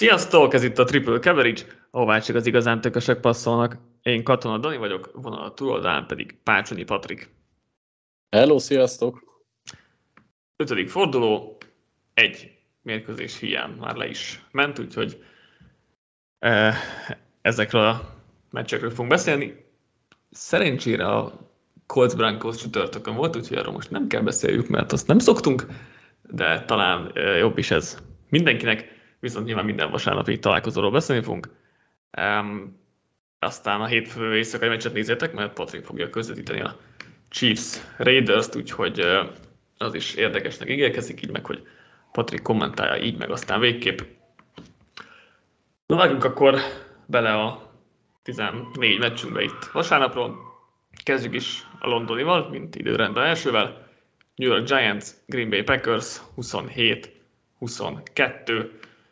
Sziasztok, ez itt a Triple Coverage, ahová csak az igazán tökösök passzolnak. Én Katona Dani vagyok, vonal a túloldalán pedig Pácsonyi Patrik. Hello, sziasztok! 5. forduló, egy mérkőzés hiány már le is ment, úgyhogy ezekről a meccsekről fogunk beszélni. Szerencsére a Colts Broncos csütörtökön volt, úgyhogy arról most nem kell beszéljük, mert azt nem szoktunk, de talán jobb is ez mindenkinek. Viszont nyilván minden vasárnapi találkozóról beszélni fogunk. Aztán a hétfő éjszakai meccset nézzétek, mert Patrik fogja közvetíteni a Chiefs Raiders-t, úgyhogy az is érdekesnek ígérkezik, így meg, hogy Patrik kommentálja így meg aztán végképp. Na, vágjunk akkor bele a 14 meccsünkbe itt vasárnapról. Kezdjük is a londonival, mint időrendben elsővel. New York Giants, Green Bay Packers 27-22.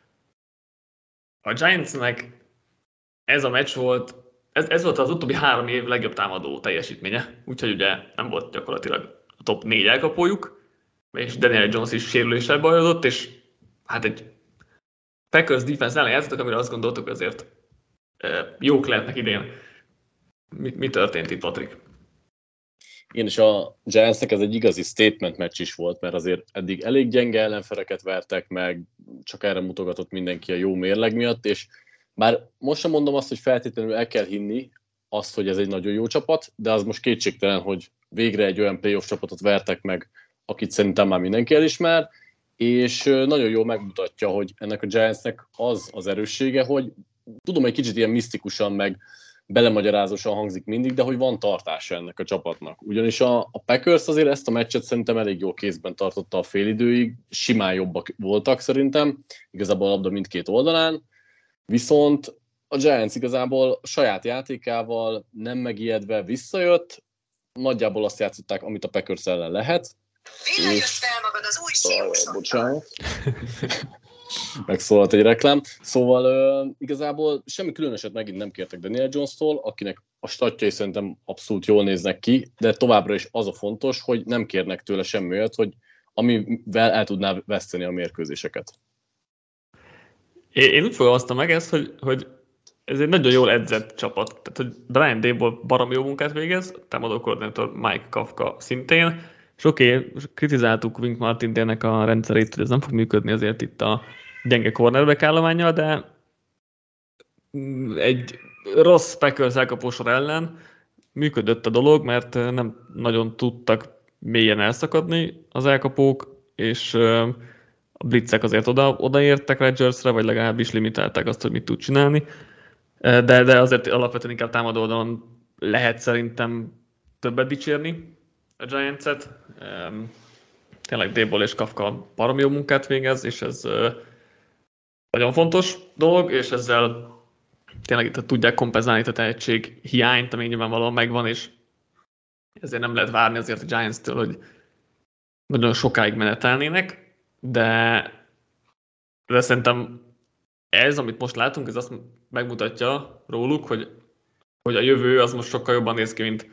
A Giantsnek ez a meccs volt, ez volt az utóbbi 3 év legjobb támadó teljesítménye, úgyhogy ugye nem volt gyakorlatilag a top 4 elkapójuk, és Daniel Jones is sérüléssel bajozott, és hát egy Packers defense ellen játszottak, amire azt gondoltuk azért jók lehetnek idén. Mi történt itt, Patrik? Igen, és a Giantsnek ez egy igazi statement meccs is volt, mert azért eddig elég gyenge ellenfeleket vertek meg, csak erre mutogatott mindenki a jó mérleg miatt, és bár most sem mondom azt, hogy feltétlenül el kell hinni azt, hogy ez egy nagyon jó csapat, de az most kétségtelen, hogy végre egy olyan playoff csapatot vertek meg, akit szerintem már mindenki elismer, és nagyon jól megmutatja, hogy ennek a Giantsnek az erőssége, hogy tudom, egy kicsit ilyen misztikusan meg belemagyarázósan hangzik mindig, de hogy van tartása ennek a csapatnak. Ugyanis a Packers azért ezt a meccset szerintem elég jól kézben tartotta a félidőig, simán jobbak voltak szerintem, igazából a labda mindkét oldalán, viszont a Giants igazából a saját játékával nem megijedve visszajött, nagyjából azt játszották, amit a Packers ellen lehet. Villanyos fel magad az új Xiaomi. Bocsánat. Megszólalt egy reklám. Szóval igazából semmi különöset megint nem kértek Daniel Jones-tól, akinek a statjai szerintem abszolút jól néznek ki, de továbbra is az a fontos, hogy nem kérnek tőle semmi olyat, hogy amivel el tudná veszteni a mérkőzéseket. Én úgy fogalmaztam meg ezt, hogy ez egy nagyon jól edzett csapat. Tehát, hogy Brian Daboll baromi jó munkát végez, támadó koordinátor Mike Kafka szintén, és oké, kritizáltuk Wink Martindale-nek a rendszerét, hogy ez nem fog működni azért itt a gyenge cornerback állománnyal, de egy rossz Packers elkapósor ellen működött a dolog, mert nem nagyon tudtak mélyen elszakadni az elkapók, és a blitzek azért odaértek Rodgersre, vagy legalábbis limitálták azt, hogy mit tud csinálni, de azért alapvetően inkább támadó oldalon lehet szerintem többet dicsérni a Giants-et. Tényleg Daboll és Kafka baromi jó munkát végez, és ez nagyon fontos dolog, és ezzel tényleg itt tudják kompenzálni a tehetség hiányt, ami nyilvánvalóan megvan, és ezért nem lehet várni azért a Giants-től, hogy nagyon sokáig menetelnének, de szerintem ez, amit most látunk, ez azt megmutatja róluk, hogy a jövő az most sokkal jobban néz ki, mint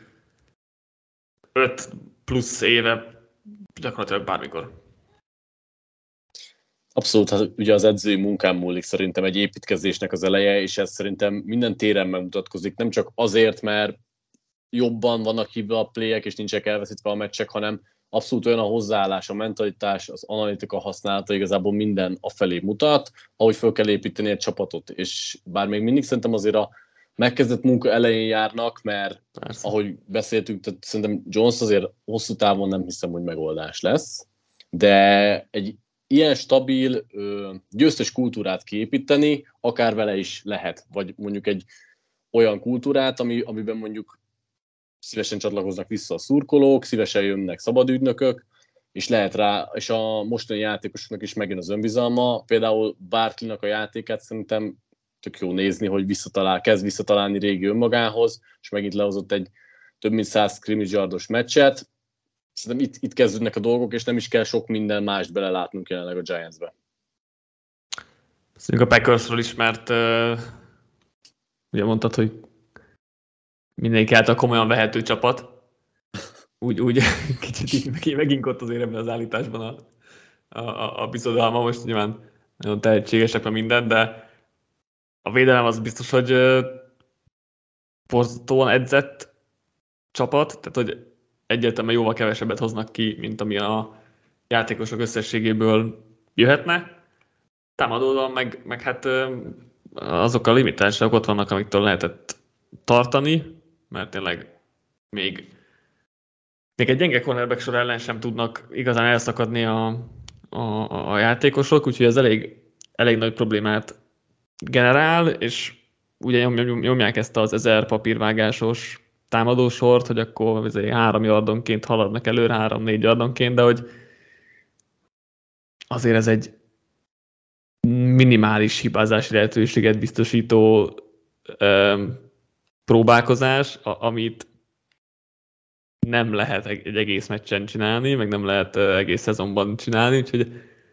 5 plusz éve, gyakorlatilag bármikor. Abszolút, hát ugye az edzői munkán múlik szerintem egy építkezésnek az eleje, és ez szerintem minden téren megmutatkozik, nem csak azért, mert jobban vannak hívva a playek, és nincsenek elveszítve a meccsek, hanem abszolút olyan a hozzáállás, a mentalitás, az analitika használata, igazából minden afelé mutat, ahogy fel kell építeni egy csapatot. És bár még mindig szerintem azért a megkezdett munka elején járnak, mert persze, ahogy beszéltünk, tehát szerintem Jones azért hosszú távon nem hiszem, hogy megoldás lesz, de egy ilyen stabil, győztes kultúrát kiépíteni, akár vele is lehet, vagy mondjuk egy olyan kultúrát, amiben mondjuk szívesen csatlakoznak vissza a szurkolók, szívesen jönnek szabadügynökök, és lehet rá, és a mostani játékosoknak is megjön az önbizalma. Például Barkley-nak a játékát szerintem tök jó nézni, hogy kezd visszatalálni régi önmagához, és megint lehozott egy több mint 100 scrimmage yardos meccset. Szerintem itt kezdődnek a dolgok, és nem is kell sok minden mást belelátnunk jelenleg a Giants-be. Beszéljünk a Packersről is, mert ugye mondtad, hogy mindenki által komolyan vehető csapat. Úgy kicsit megint ott azért ebben az állításban a bizodalma, most nyilván nagyon tehetségesek a minden, de a védelem az biztos, hogy borzasztóan edzett csapat, tehát hogy egyértelműen jóval kevesebbet hoznak ki, mint ami a játékosok összességéből jöhetne. Támadódon meg hát azok a limitálások ott vannak, amiktől lehetett tartani, mert tényleg még egy gyenge cornerback sor ellen sem tudnak igazán elszakadni a játékosok, úgyhogy ez elég nagy problémát generál, és ugye nyomják ezt az 1000 papírvágásos támadósort, hogy akkor 3 yardonként haladnak előre, 3-4 yardonként, de hogy azért ez egy minimális hibázási lehetőséget biztosító próbálkozás, amit nem lehet egy egész meccsen csinálni, meg nem lehet egész szezonban csinálni, úgyhogy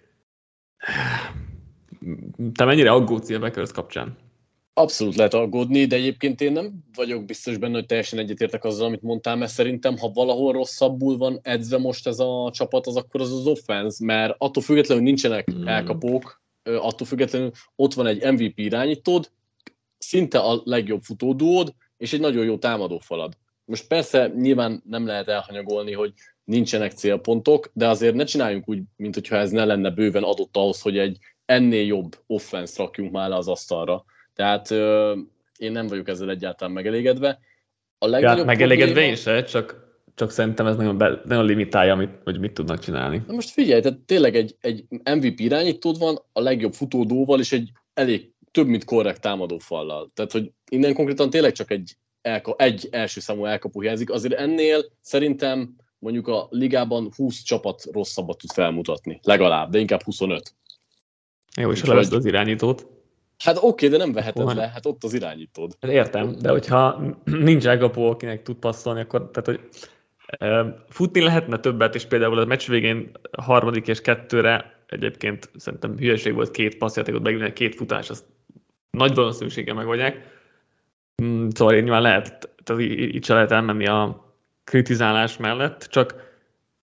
te mennyire aggódsz a Packers kapcsán? Abszolút lehet aggódni, de egyébként én nem vagyok biztos benne, hogy teljesen egyetértek azzal, amit mondtál, mert szerintem, ha valahol rosszabbul van edzve most ez a csapat, az akkor az offense, mert attól függetlenül nincsenek elkapók, attól függetlenül ott van egy MVP irányítód, szinte a legjobb futóduód, és egy nagyon jó támadófalad. Most persze nyilván nem lehet elhanyagolni, hogy nincsenek célpontok, de azért ne csináljunk úgy, mintha ez ne lenne bőven adott ahhoz, hogy egy ennél jobb offense rakjunk már le az asztalra. Tehát én nem vagyok ezzel egyáltalán megelégedve. Megelégedve probléma... én se, csak szerintem ez nagyon limitálja, hogy mit tudnak csinálni. Na most figyelj, tehát tényleg egy MVP irányítód van, a legjobb futódóval, és egy elég több, mint korrekt támadófallal. Tehát, hogy innen konkrétan tényleg csak egy első számú elkapó hiányzik. Azért ennél szerintem mondjuk a ligában 20 csapat rosszabbat tud felmutatni. Legalább, de inkább 25. Jó, és ha leveszed az irányítót? Hát oké, de nem veheted le, hát ott az irányítód. Értem, de hogyha nincs elkapó, akinek tud passzolni, akkor tehát, hogy futni lehetne többet, és például a meccs végén 3. és 2-re egyébként szerintem hülyeség volt 2 passzjátékot megvinni, 2 futás, azt nagy valószínűséggel megoldják. Szóval nyilván lehet, tehát itt se lehet elmenni a kritizálás mellett, csak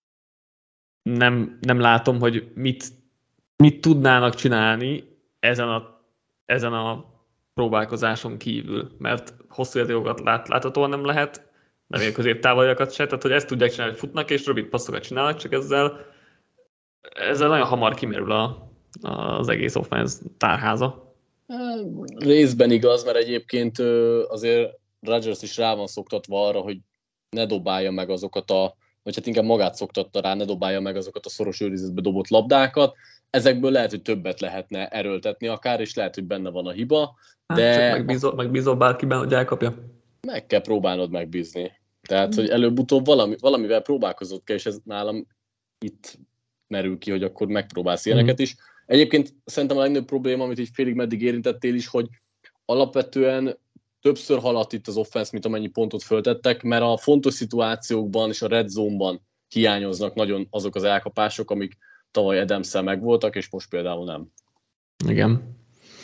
nem látom, hogy mit tudnának csinálni ezen a próbálkozáson kívül, mert hosszú játékokat láthatóan nem lehet, nem ilyen középtávoliakat se, tehát hogy ezt tudják csinálni, hogy futnak és rövid passzokat csinálnak, csak ezzel nagyon hamar kimerül az egész offense tárháza. Részben igaz, mert egyébként azért Rodgers is rá van szoktatva arra, hogy ne dobálja meg azokat vagy hát inkább magát szoktatta rá, ne dobálja meg azokat a szoros őrizetbe dobott labdákat. Ezekből lehet, hogy többet lehetne erőltetni akár, és lehet, hogy benne van a hiba. De csak megbízol bárkiben, hogy elkapja? Meg kell próbálnod megbízni. Tehát, hogy előbb-utóbb valamivel próbálkozott kell, és ez nálam itt merül ki, hogy akkor megpróbálsz ilyeneket is. Egyébként szerintem a legnagyobb probléma, amit így félig meddig érintettél is, hogy alapvetően többször haladt itt az offense, mint amennyi pontot föltettek, mert a fontos szituációkban és a red zone-ban hiányoznak nagyon azok az elkapások, amik tavaly Adams-szel megvoltak, és most például nem. Igen.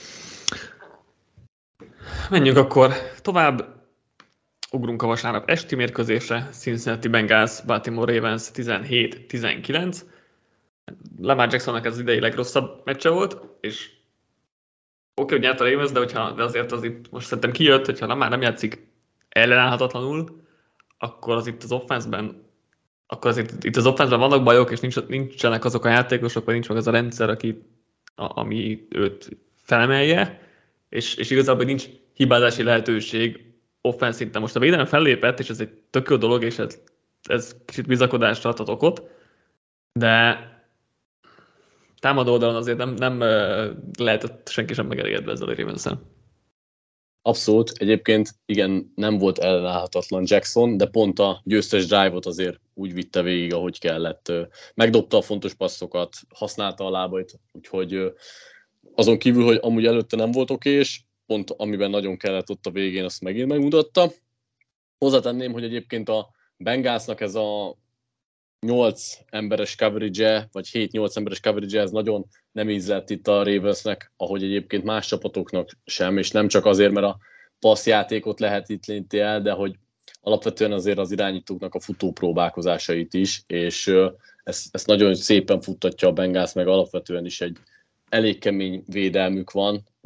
Menjünk akkor tovább. Ugrunk a vasárnap esti mérkőzésre. Cincinnati Bengals, Baltimore Ravens 17-19. Lamar Jacksonnak ez az idei legrosszabb meccse volt, és oké, hogy nyert a Ravens, de azért az itt most szerintem kijött, hogyha Lamar nem játszik ellenállhatatlanul, akkor az itt az offense-ben vannak bajok, és nincsenek azok a játékosok, vagy nincs meg az a rendszer, ami őt felemelje, és igazából nincs hibázási lehetőség offense szinten. Most a védelem fellépett, és ez egy tök jó dolog, és ez kicsit bizakodásra adhat okot, de támadó oldalon azért nem lehetett senki sem megelégedve ezzel a Ravens-szel. Abszolút. Egyébként igen, nem volt ellenállhatatlan Jackson, de pont a győztes drive-ot azért úgy vitte végig, ahogy kellett. Megdobta a fontos passzokat, használta a lábait, úgyhogy azon kívül, hogy amúgy előtte nem volt oké, és pont amiben nagyon kellett ott a végén, azt megint megmutatta. Hozzátenném, hogy egyébként a Bengalsnak ez a 8 emberes coverage-e, vagy 7-8 emberes coverage-e, ez nagyon nem ízlett itt a Ravensnek, ahogy egyébként más csapatoknak sem, és nem csak azért, mert a passzjátékot lehet itt lénti el, de hogy alapvetően azért az irányítóknak a futó próbálkozásait is, és ezt nagyon szépen futtatja a Bengals, meg alapvetően is egy elég kemény védelmük van,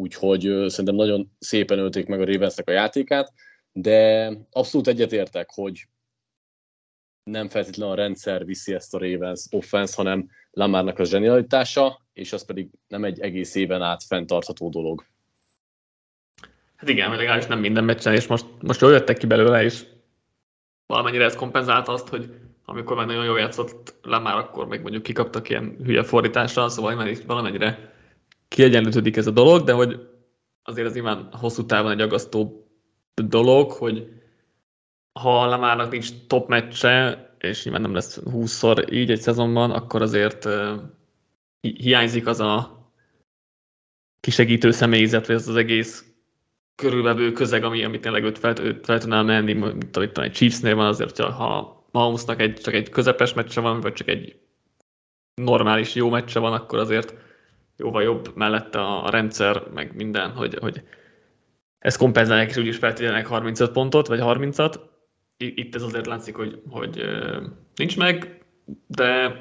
úgyhogy szerintem nagyon szépen ölték meg a Ravensnek a játékát, de abszolút egyetértek, hogy nem feltétlenül a rendszer viszi ezt a Ravens offense, hanem Lamarnak a zsenialitása, és az pedig nem egy egész éven át fenntartható dolog. Hát igen, vagy legalábbis nem minden meccsen, és most jól jöttek ki belőle, és valamennyire ez kompenzálta azt, hogy amikor már nagyon jól játszott Lamar, akkor még mondjuk kikaptak ilyen hülye fordítással, szóval valamennyire kiegyenlítődik ez a dolog, de hogy azért ez nyilván hosszú távon egy aggasztó dolog, hogy ha Lamarnak nincs top meccse, és nyilván nem lesz 20-szor így egy szezonban, akkor azért hiányzik az a kisegítő személyzet, vagy az egész körülvevő közeg, ami tényleg őt fel tudná menni, mint amit egy Chiefsnél van, azért, ha Mahomesnak csak egy közepes meccse van, vagy csak egy normális jó meccse van, akkor azért jóval jobb mellette a rendszer, meg minden, hogy ezt kompenzálják, és úgyis feltétlenek 35 pontot, vagy 30-at. Itt ez azért látszik, hogy nincs meg, de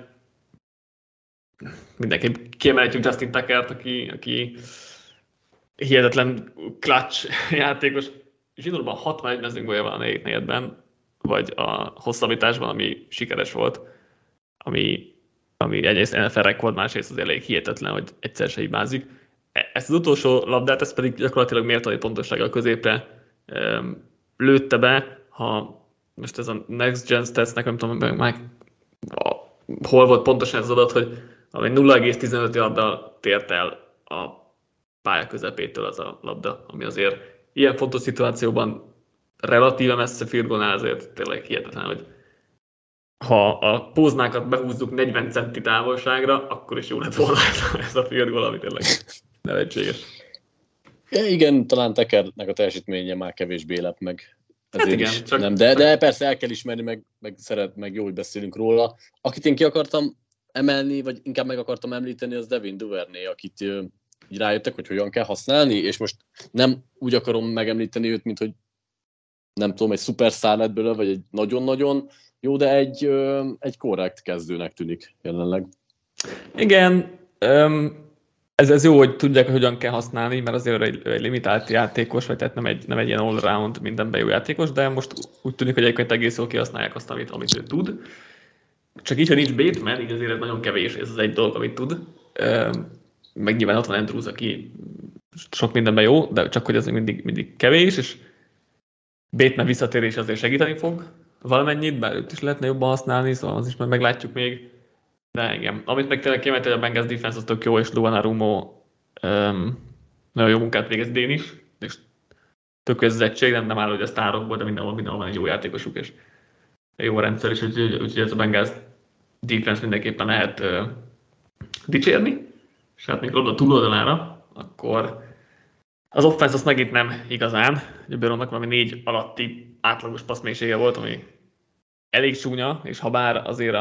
mindenképp kiemelhetjük Justin Tuckert, aki hihetetlen clutch játékos. Zsinórban 61 mezőnygólya van a negyedik negyedben, vagy a hosszabbításban, ami sikeres volt, ami egyrészt NFL rekord, másrészt azért elég hihetetlen, hogy egyszer se hibázik. Ezt az utolsó labdát, ezt pedig gyakorlatilag mértani pontossággal középre lőtte be, ha most ez a Next Gen Stats-nek, nem tudom, hol volt pontosan ez az adat, hogy 0,15 yarddal tért el a pálya közepétől az a labda, ami azért ilyen fontos szituációban relatíve messze field goal-nál azért tényleg hihetetlen, hogy ha a póznákat behúzzuk 40 centi távolságra, akkor is jó lett volna ez a field goal, ami tényleg nevetséges. Ja, igen, talán Tuckernek a teljesítménye már kevésbé lep meg. Hát igen, is nem, de persze el kell ismerni, meg jó, hogy beszélünk róla. Akit én ki akartam emelni, vagy inkább meg akartam említeni, az Devin Duvernay, akit így rájöttek, hogy hogyan kell használni, és most nem úgy akarom megemlíteni őt, mint hogy nem tudom, egy szupersztár lett belőle, vagy egy nagyon-nagyon jó, de egy korrekt kezdőnek tűnik jelenleg. Igen, ez jó, hogy tudják, hogy hogyan kell használni, mert azért egy limitált játékos, vagy tehát nem egy ilyen all-round mindenben jó játékos, de most úgy tűnik, hogy egyébként egész jól kihasználják azt, amit ő tud. Csak így, ha nincs Bateman, így azért ez nagyon kevés, ez az egy dolog, amit tud. Meg nyilván ott van Andrews, aki sok mindenben jó, de csak hogy ez mindig kevés, és Bateman visszatérés azért segíteni fog valamennyit, bár őt is lehetne jobban használni, szóval az is majd meglátjuk még. De igen, amit meg tényleg kiemelt, hogy a Bengals defense az tök jó, és Luan Arumo nagyon jó munkát végez idén is, és tök közösség, nem áll, hogy a sztárokból, de mindenhol van egy jó játékosuk, és jó rendszer is, úgyhogy ez a Bengals defense mindenképpen lehet dicsérni. És hát még oda túloldalára, akkor az offense az megint nem igazán. Ugye Burrownak valami 4 alatti átlagos passzmélysége volt, ami elég csúnya, és ha bár azért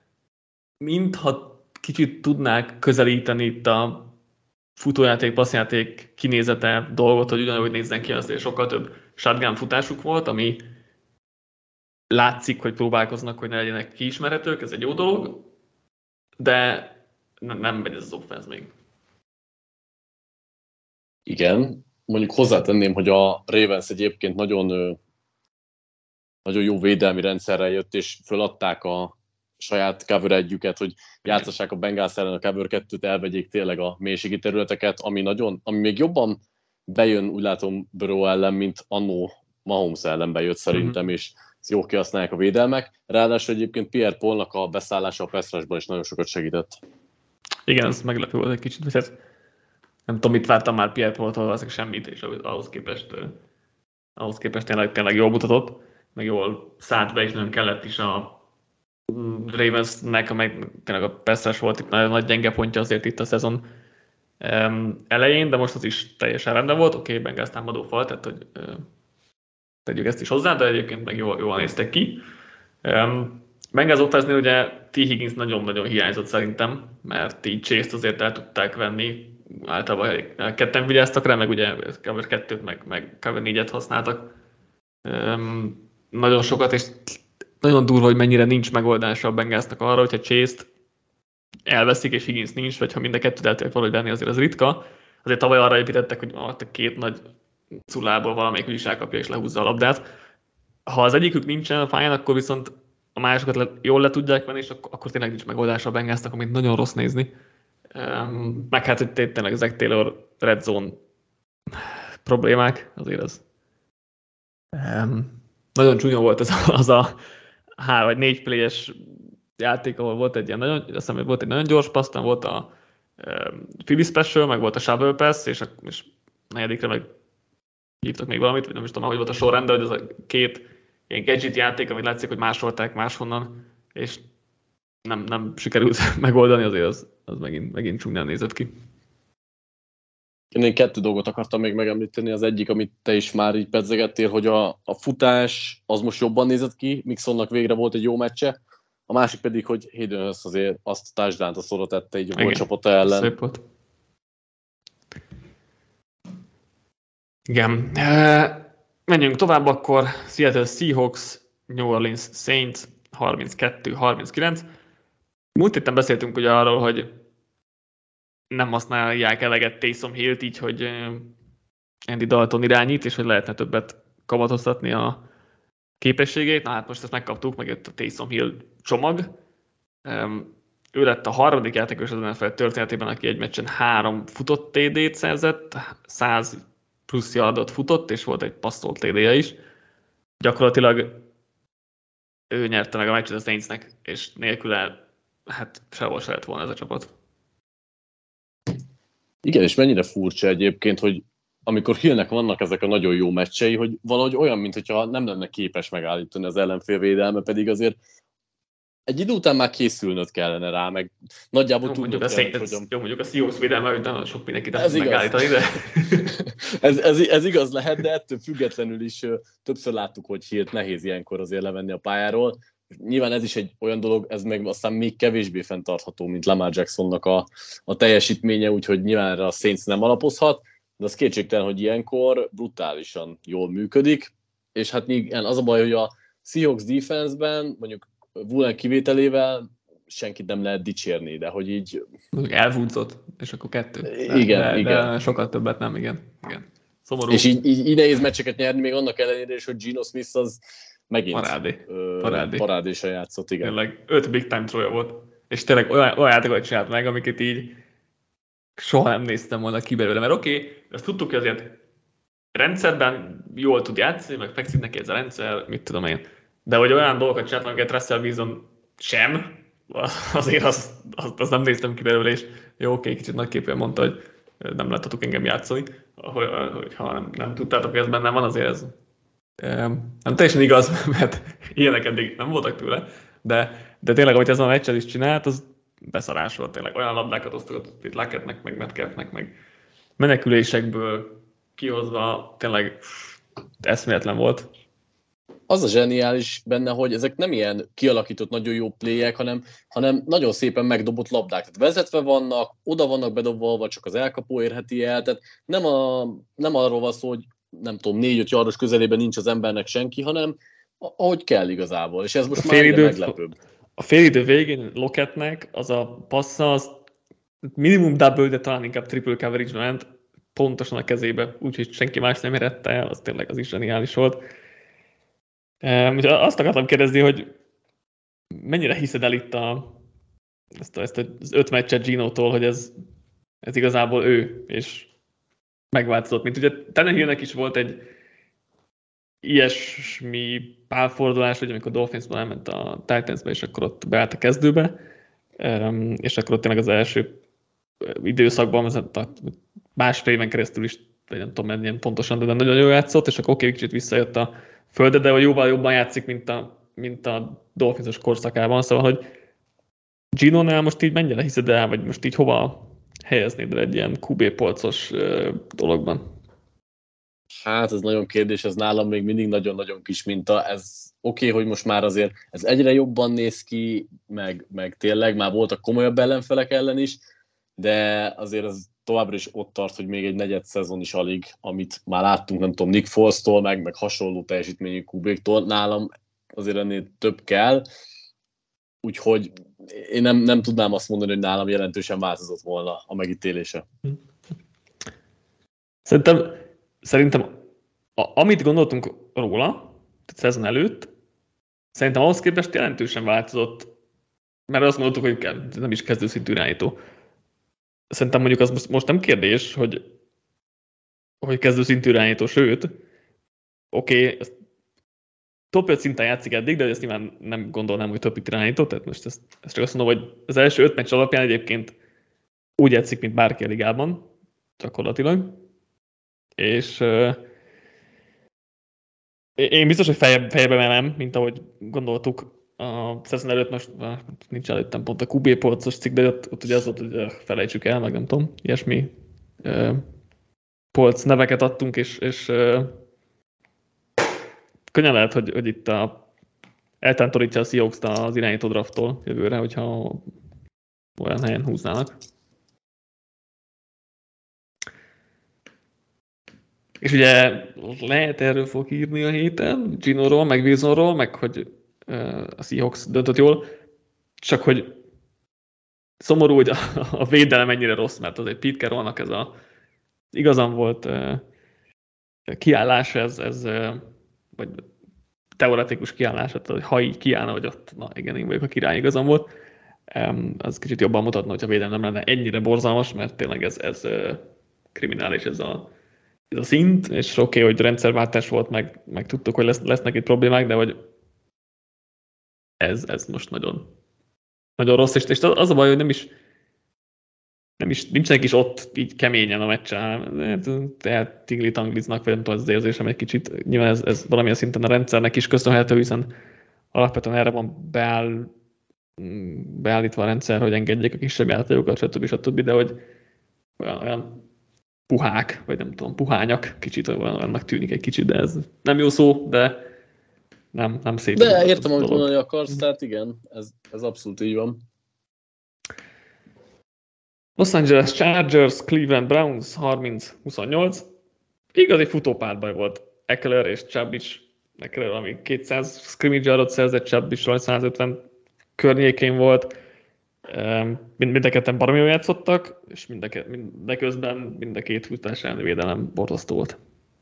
mintha kicsit tudnák közelíteni itt a futójáték, passzjáték kinézete dolgot, hogy ugyanúgy nézzen ki, azért sokkal több shotgun futásuk volt, ami látszik, hogy próbálkoznak, hogy ne legyenek kiismerhetők, ez egy jó dolog, de nem megy ez az offense még. Igen, mondjuk hozzátenném, hogy a Ravens egyébként nagyon jó védelmi rendszerrel jött, és föladták a saját coverage-üket, hogy játszassák a Bengals ellen a cover 2-t, elvegyék tényleg a mélységi területeket, ami még jobban bejön, úgy látom, Burrow ellen, mint annó Mahomes ellen bejött szerintem, és jó kihasználják a védelmek. Ráadásul egyébként Pierre Paulnak a beszállása a pass rushban is nagyon sokat segített. Igen, ez meglepő volt egy kicsit, hogy nem tudom, mit vártam már Pierre Paultól, valószínűleg semmit, és ahhoz képest tényleg jól mutatott, meg jól szállt be, és nem kellett is a Ravensnek, amely tényleg a pass rush volt itt nagy gyenge pontja azért itt a szezon elején, de most az is teljesen rendben volt. Oké, Bengals támadó fal, tehát hogy tegyük ezt is hozzá, de egyébként meg jól néztek ki. Bengals offense-nél ugye T. Higgins nagyon-nagyon hiányzott szerintem, mert így Chase-t azért el tudták venni, általában ketten vigyáztak rá, meg ugye cover 2-t, meg cover 4-et használtak nagyon sokat, és nagyon durva, hogy mennyire nincs megoldása a Bengalsnak arra, hogyha Chase-t elveszik, és Higgins nincs, vagy ha mind a kettőt el tudják valahogy venni, azért az ritka. azért tavaly arra építettek, hogy a két nagy culából valamelyik is elkapja és lehúzza a labdát. Ha az egyikük nincsen a pályán, akkor viszont a másokat jól le tudják venni, és akkor tényleg nincs megoldása a Bengalsnak, amit nagyon rossz nézni. Meg hát, hogy tényleg Zach Taylor red zone problémák, azért az nagyon csúnya volt az a 3 vagy 4 playes játék, ahol volt egy ilyen nagyon gyors passz, volt a Philly Special, meg volt a Shovel Pass, és negyedikre meg hívtak még valamit, nem is tudom, hogy volt a sorrend, de hogy az a két ilyen gadget játék, amit látszik, hogy másolták máshonnan, és nem sikerült megoldani, azért az megint csúnyán nézett ki. Én 2 dolgot akartam még megemlíteni. Az egyik, amit te is már így pedzegettél, hogy a futás az most jobban nézett ki, Mixonnak végre volt egy jó meccse. A másik pedig, hogy Hayden Hurst azért azt a touchdown-t a szóra tette így a volt csapata ellen. Szép volt. Igen. Menjünk tovább akkor. Seattle Seahawks, New Orleans Saints 32-39. Múlt héten beszéltünk ugye arról, hogy nem használják eleget Taysom Hillt így, hogy Andy Dalton irányít, és hogy lehetne többet kamatoztatni a képességét. Na hát most ezt megkaptuk, megjött a Taysom Hill csomag. Ő lett a harmadik játékos az NFL történetében, aki egy meccsen 3 futott TD-t szerzett, 100 plusz yardot futott, és volt egy passzolt TD-je is. Gyakorlatilag ő nyerte meg a meccset a Saintsnek, és nélküle hát sehol se lett volna ez a csapat. Igen, és mennyire furcsa egyébként, hogy amikor Hillnek vannak ezek a nagyon jó meccsei, hogy valahogy olyan, mintha nem lenne képes megállítani az ellenfél védelme, pedig azért egy idő után már készülnöd kellene rá, meg nagyjából tudnod kellene, hogy... Jó, mondjuk a Seahawks védelme, hogy nagyon sok mindenkit nem tud megállítani, de... ez igaz lehet, de ettől függetlenül is többször láttuk, hogy Hillt nehéz ilyenkor azért levenni a pályáról. Nyilván ez is egy olyan dolog, ez meg aztán még kevésbé fenntartható, mint Lamar Jacksonnak a teljesítménye, úgyhogy nyilván erre a Saints nem alapozhat, de az kétségtelen, hogy ilyenkor brutálisan jól működik, és hát igen, az a baj, hogy a Seahawks defense-ben, mondjuk Woolen kivételével senkit nem lehet dicsérni, de hogy így... Elvúzott, és akkor 2. Igen. De sokkal többet nem, igen. Szomorú. És így nehéz meccseket nyerni, még annak ellenére is, hogy Geno Smith az megint parádésen játszott, igen. Tényleg 5 big time throw volt, és tényleg olyan játékokat csinált meg, amiket így soha nem néztem volna ki belőle, mert oké, ezt tudtuk, hogy azért rendszerben jól tud játszani, meg fekszik neki ez a rendszer, mit tudom én, de hogy olyan dolgokat csinált, amiket Russell Wilson sem, azért azt nem néztem ki belőle, és jó, oké, kicsit nagyképűen mondta, hogy nem láthatok engem játszani, hogyha nem tudtátok, hogy ez bennem van, azért ez nem teljesen igaz, mert ilyenek eddig nem voltak tőle, de tényleg, ahogy ez a meccsen is csinált, az beszarás volt tényleg. Olyan labdákat osztogatott itt Lackettnek, meg Metcalfnek, meg menekülésekből kihozva, tényleg eszméletlen volt. Az a zseniális benne, hogy ezek nem ilyen kialakított nagyon jó playek, hanem nagyon szépen megdobott labdák. Tehát vezetve vannak, oda vannak bedobva, vagy csak az elkapó érheti el. Tehát nem arról van szó, hogy nem tudom, 4-5 yardos közelében nincs az embernek senki, hanem ahogy kell igazából. És ez most már meglepőbb. A félidő végén Lockettnek az a passza, az minimum double, de talán inkább triple coverage ment pontosan a kezébe, úgyhogy senki más nem érette el, az tényleg az is zseniális volt. Azt akartam kérdezni, hogy mennyire hiszed el itt ezt az 5 meccset Gino-tól, hogy ez igazából ő, és megváltozott. Mint ugye Tannehillnek is volt egy ilyesmi pálfordulás, hogy amikor Dolphinsban elment a Titansbe, és akkor ott beállt a kezdőbe, és akkor ott tényleg az első időszakban, másfél éven keresztül is, vagy nem tudom mennyien pontosan, de nagyon jól játszott, és akkor oké, kicsit visszajött a földre, de jóval jobban játszik, mint a Dolphins-os korszakában, szóval, hogy Gino-nál most így mennyire hiszed el, vagy most így hova helyeznéd el egy ilyen QB polcos dologban? Hát ez nagyon kérdés, ez nálam még mindig nagyon-nagyon kis minta. Ez oké, hogy most már azért ez egyre jobban néz ki, meg tényleg már voltak komolyabb ellenfelek ellen is, de azért ez továbbra is ott tart, hogy még egy negyed szezon is alig, amit már láttunk, nem tudom, Nick Foles-tól, meg hasonló teljesítményű QB-któl. Nálam azért ennél több kell, úgyhogy én nem tudnám azt mondani, hogy nálam jelentősen változott volna a megítélése. Szerintem amit gondoltunk róla, tehát szezon előtt, szerintem ahhoz képest jelentősen változott, mert azt mondtuk, hogy nem is kezdőszintű irányító. Szerintem mondjuk az most nem kérdés, hogy kezdőszintű irányító, sőt, oké, top 5 szinten játszik eddig, de ezt nyilván nem gondolnám, hogy top 5 irányító, tehát most ezt csak azt mondom, hogy az első 5 meccs alapján egyébként úgy játszik, mint bárki a ligában, gyakorlatilag. És én biztos, hogy fejbe emelem, mint ahogy gondoltuk a szezon előtt, most nincs előttem pont a QB polcos cikk, de ott ugye az volt, hogy felejtsük el, meg nem tudom, ilyesmi polc neveket adtunk, és könnyen lehet, hogy itt eltántorítja a Seahawks-t az irányító drafttól jövőre, hogyha olyan helyen húznának. És ugye lehet erről fog írni a héten, Ginoról, meg Wilsonról, meg hogy a Seahawks döntött jól, csak hogy szomorú, hogy a védelem ennyire rossz, mert azért Pete Carrollnak ez igazán volt kiállás, ez vagy teoretikus kiállás, hogy ha így kiállna, hogy ott, na igen, én vagyok a király, igazam volt, az kicsit jobban mutatna, hogyha a védelem nem lenne ennyire borzalmas, mert tényleg ez kriminális ez a szint, és oké, hogy rendszerváltás volt, meg tudtuk, hogy lesznek itt problémák, de hogy ez most nagyon, nagyon rossz, és az a baj, hogy nem is nincsenek is ott így keményen a meccsen, tehát tigli-tangliznak, vagy nem tudom, az érzésem egy kicsit. Nyilván ez valamilyen szinten a rendszernek is köszönhető, hiszen alapvetően erre van beállítva a rendszer, hogy engedjék a kisebb játékokat, stb. De hogy olyan puhák, vagy nem tudom, puhányak, kicsit olyannak tűnik egy kicsit, de ez nem jó szó, de nem szép. De értem, amit mondani akarsz, tehát igen, ez abszolút így van. Los Angeles Chargers, Cleveland Browns 30-28. Igazi futópárbaj volt Eckler és Chubb is. Eckler, ami 200 scrimmage yardot szerzett, Chubb is 150 környékén volt. Mind a ketten baromi jól játszottak, és mindeközben mind a két futás elleni védelem borzasztó volt.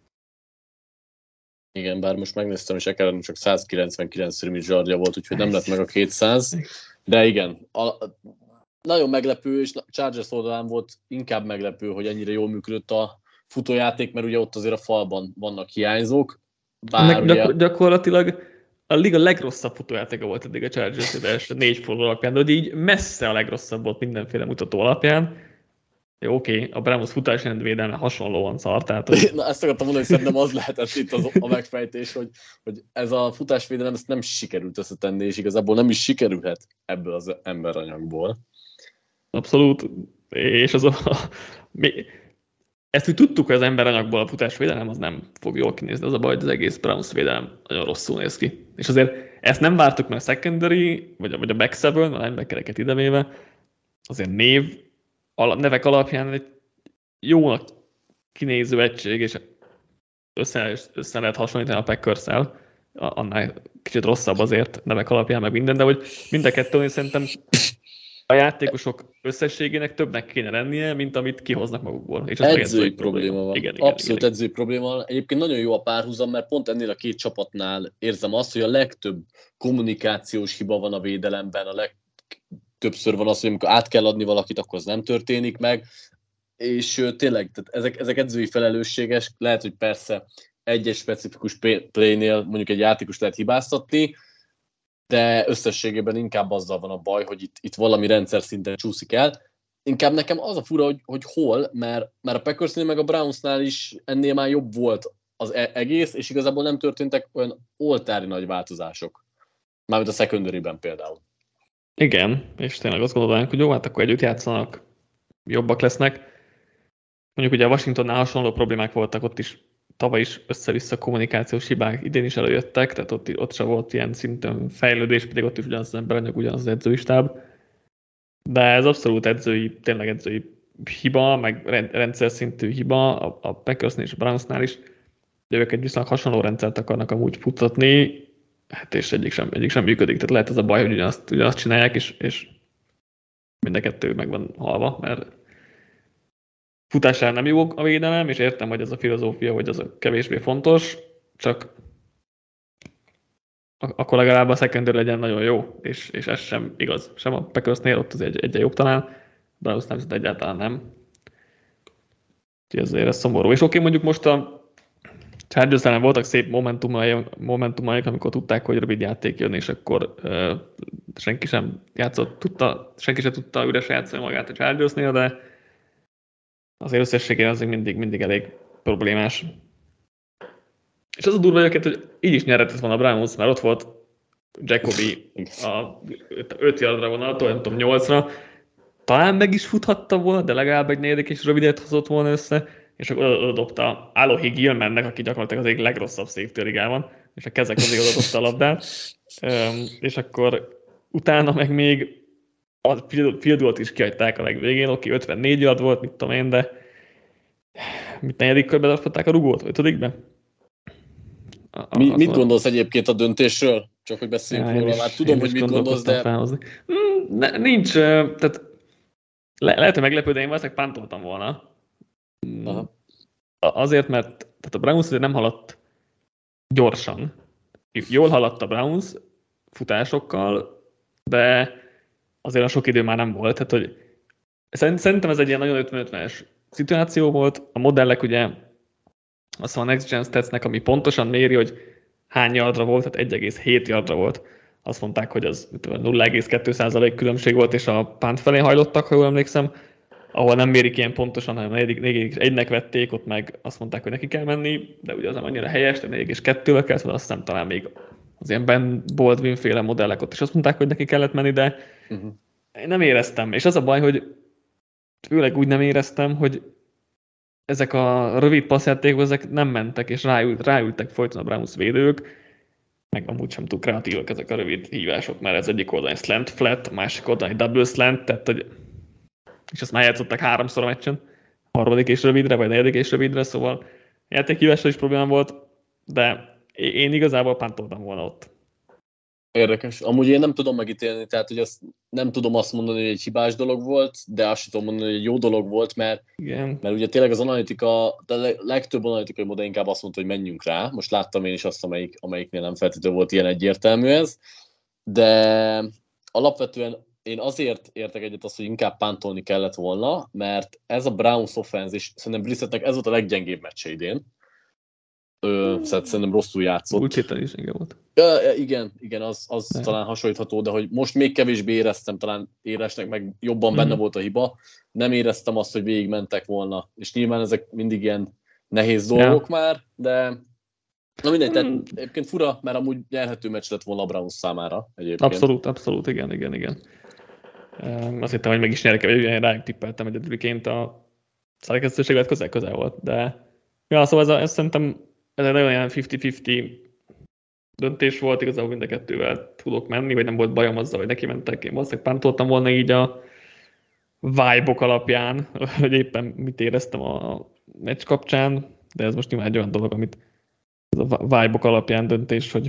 Igen, bár most megnéztem, és Ecklernek csak 199 scrimmage yardja volt, úgyhogy nem lett meg a 200. De igen, nagyon meglepő, és Chargers oldalán volt inkább meglepő, hogy ennyire jól működött a futójáték, mert ugye ott azért a falban vannak hiányzók. Gyakorlatilag a liga legrosszabb futójátéka volt eddig a Chargers az első 4 forduló alapján, de így messze a legrosszabb volt mindenféle mutató alapján. Jó, oké, a Browns futásrend védelme hasonlóan szar. Tehát, hogy... Na, ezt akartam mondani, hogy szerintem az lehetett itt a megfejtés, hogy ez a futásvédelem ezt nem sikerült összetenni, és igazából nem is sikerülhet ebből az emberanyagból. Abszolút, és ezt úgy tudtuk, hogy az emberanyagból a futásvédelem az nem fog jól kinézni, az a baj, hogy az egész Browns védelem nagyon rosszul néz ki. És azért ezt nem vártuk, mert a secondary, vagy a back seven, a linebackereket idevéve, azért nevek alapján egy jónak kinéző egység, és össze lehet hasonlítani a Packers-szel, annál kicsit rosszabb azért nevek alapján, meg minden, de hogy mind a kettőnél szerintem a játékosok összességének többnek kéne lennie, mint amit kihoznak magukból. És edzői probléma van. Igen, abszolút edzői probléma van. Egyébként nagyon jó a párhuzam, mert pont ennél a két csapatnál érzem azt, hogy a legtöbb kommunikációs hiba van a védelemben, a legtöbbször van az, hogy amikor át kell adni valakit, akkor az nem történik meg. És tényleg, tehát ezek edzői felelősséges, lehet, hogy persze egyes specifikus playnél mondjuk egy játékos lehet hibáztatni, de összességében inkább azzal van a baj, hogy itt valami rendszer szinten csúszik el. Inkább nekem az a fura, hogy hol, mert a Packersnél meg a Brownsnál is ennél már jobb volt az egész, és igazából nem történtek olyan oltári nagy változások. Mármint a secondary-ben például. Igen, és tényleg azt gondolnánk, hogy jó, hát akkor együtt játszanak, jobbak lesznek. Mondjuk ugye a Washingtonnál hasonló problémák voltak, ott is tavaly is össze-vissza kommunikációs hibák idén is előjöttek, tehát ott sem volt ilyen szinten fejlődés, pedig ott is ugyanaz az emberanyag, ugyanaz az edzői stáb. De ez abszolút tényleg edzői hiba, meg rendszer szintű hiba a Packersnél és a Brownsnál is. De ők egy viszonylag hasonló rendszert akarnak amúgy futtatni, hát és egyik sem működik. Tehát lehet az a baj, hogy ugyanazt csinálják, és mind a kettő meg van halva, mert futásán nem jó a védelem, és értem, hogy ez a filozófia, hogy az a kevésbé fontos, csak akkor legalább a secondary legyen nagyon jó, és ez sem igaz. Sem a Packersnél, ott az egy jobb talán, Brownsnál viszont egyáltalán nem. Úgyhogy ezért ez szomorú. És oké, mondjuk most a Chargers ellen voltak szép momentumaik, amikor tudták, hogy rövid játék jön, és akkor senki sem tudta üres játszani magát a Chargersnél, de azért összességében azért mindig elég problémás. És az a durva egyébként, hogy így is nyerhetett volna a Browns, mert ott volt Jacoby a 5 yardra vonaltól, nem tudom, 8-ra. Talán meg is futhatta volna, de legalább egy negyedik és rövidet hozott volna össze, és akkor oda dobta Alohi Gilmannek, aki gyakorlatilag az egyik legrosszabb safety a ligában, és a kezek azért oda dobta a labdát. És akkor utána meg még a field goalt is kihagyták a legvégén, oké, 54 yard volt, mit tudom én, de negyedik körbe dobták a rugót, 5-be? Mit gondolsz egyébként a döntésről? Csak hogy beszéljünk róla, már tudom, hogy mit gondolsz, de... Nincs, tehát lehet, hogy meglepő, de én valószínűleg pántoltam volna. Aha. Azért, mert tehát a Browns azért nem haladt gyorsan. Jól haladt a Browns futásokkal, de azért a sok idő már nem volt. Tehát, hogy szerintem ez egy ilyen nagyon 50-50-es szituáció volt. A modellek ugye azt mondja a Next Gen Statsnek, ami pontosan méri, hogy hány yardra volt, tehát 1,7 yardra volt. Azt mondták, hogy az 0,2% különbség volt, és a punt felé hajlottak, ha jól emlékszem, ahol nem mérik ilyen pontosan, hanem 4,1-nek vették, ott meg azt mondták, hogy neki kell menni, de ugye az nem annyira helyes, de 4,2-vel kellett, vagy azt hiszem talán még az ilyen Ben Baldwin féle modellek ott is azt mondták, hogy neki kellett menni, de én nem éreztem. És az a baj, hogy főleg úgy nem éreztem, hogy ezek a rövid passzjátékok, ezek nem mentek, és ráültek folyton a Browns védők, meg amúgy sem túl kreatívak ezek a rövid hívások, mert ez egyik oldalán slant flat, a másik oldalán double slant, tehát hogy és azt már játszottak 3-szor a meccsen, harmadik és rövidre, vagy negyedik és rövidre, szóval játékhívással is problémám volt, de én igazából pántoltam volna ott. Érdekes. Amúgy én nem tudom megítélni, tehát hogy nem tudom azt mondani, hogy egy hibás dolog volt, de azt sem tudom mondani, hogy egy jó dolog volt, mert ugye tényleg az analitika, de a legtöbb analitikai modell inkább azt mondta, hogy menjünk rá. Most láttam én is azt, amelyiknél nem feltétlenül volt ilyen egyértelmű ez, de alapvetően én azért értek egyet azt, hogy inkább pántolni kellett volna, mert ez a Browns offense, és szerintem Brissettnek ez volt a leggyengébb meccse idén. Szerintem rosszul játszott. Úgy héten is igen volt. Igen, az talán hasonlítható, de hogy most még kevésbé éreztem, talán Éresnek meg jobban benne volt a hiba. Nem éreztem azt, hogy végigmentek volna. És nyilván ezek mindig ilyen nehéz dolgok már, de na mindegy, tehát egyébként fura, mert amúgy nyerhető meccs lett volna a Browns számára egyébként. Abszolút, igen. Azt hittem, hogy meg is nyerek, hogy rájuk tippeltem egyedüliként a szerkesztőséget közel volt, de ja, szóval ez szerintem ez egy nagyon ilyen 50-50 döntés volt, igazából mind a kettővel tudok menni, vagy nem volt bajom azzal, hogy neki mentek. Én valószínűleg pántoltam volna így a vibe-ok alapján, hogy éppen mit éreztem a meccs kapcsán, de ez most nyilván egy olyan dolog, amit a vibe-ok alapján döntés, hogy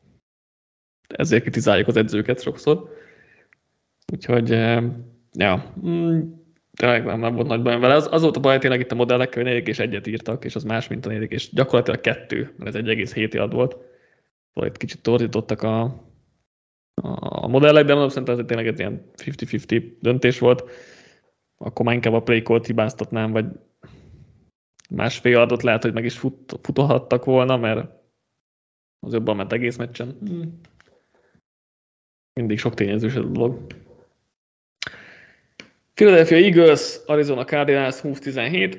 ezért kritizáljuk az edzőket sokszor. Úgyhogy, ja, tényleg nem volt nagy bajom vele. Az volt a baj tényleg itt a modellekkel, hogy 4,1-et írtak, és az más, mint a 4, és gyakorlatilag 2, mert ez 1,7 yard volt. Szóval itt kicsit torzítottak a modellek, de mondom, szerintem ez tényleg egy ilyen 50-50 döntés volt. Akkor már inkább a play call-t hibáztatnám, vagy másfél yardot lehet, hogy meg is futolhattak volna, mert az jobban ment egész meccsen. Mindig sok tényezős ez a dolog. Philadelphia Eagles, Arizona Cardinals 20-17.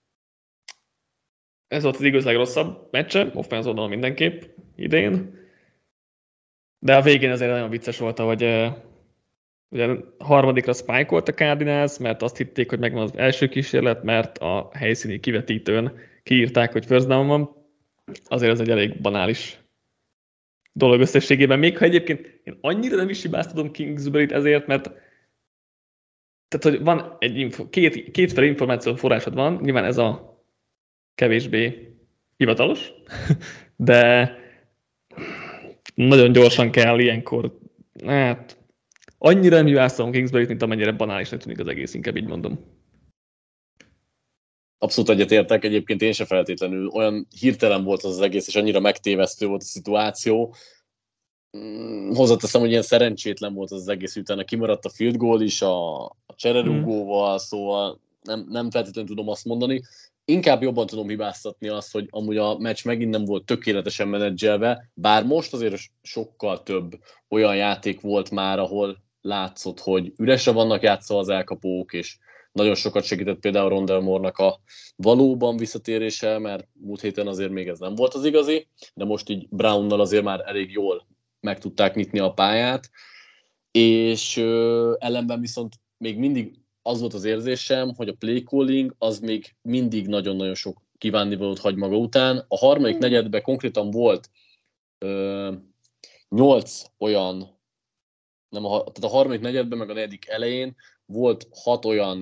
Ez volt az Eagles legrosszabb meccse, offense oldalon mindenképp idén. De a végén azért nagyon vicces volt, hogy ugye harmadikra spike-olt a Cardinals, mert azt hitték, hogy megvan az első kísérlet, mert a helyszíni kivetítőn kiírták, hogy first down van. Azért ez egy elég banális dolog összességében. Még ha egyébként én annyira nem is hibáztatom Kingsbury-t ezért, mert tehát, hogy van kétféle információ forrásod van, nyilván ez a kevésbé hivatalos, de nagyon gyorsan kell ilyenkor, hát annyira nem hibáztatom Kingsbury-t, mint amennyire banálisnak tűnik az egész, inkább így mondom. Abszolút egyetértek, egyébként én se feltétlenül. Olyan hirtelen volt az egész, és annyira megtévesztő volt a szituáció. Hozzáteszem, hogy ilyen szerencsétlen volt az egész, utána kimaradt a field goal is a csererúgóval, szóval nem feltétlenül tudom azt mondani. Inkább jobban tudom hibáztatni azt, hogy amúgy a meccs megint nem volt tökéletesen menedzselve, bár most azért sokkal több olyan játék volt már, ahol látszott, hogy üresre vannak játszva az elkapók, és nagyon sokat segített például Rondale Moore-nak a valóban visszatérése, mert múlt héten azért még ez nem volt az igazi, de most így Brownnal azért már elég jól meg tudták nyitni a pályát, és ellenben viszont még mindig az volt az érzésem, hogy a play calling az még mindig nagyon-nagyon sok kívánnivalót hagy maga után. A harmadik negyedben konkrétan volt 8 olyan, tehát a harmadik negyedben meg a negyedik elején volt 6 olyan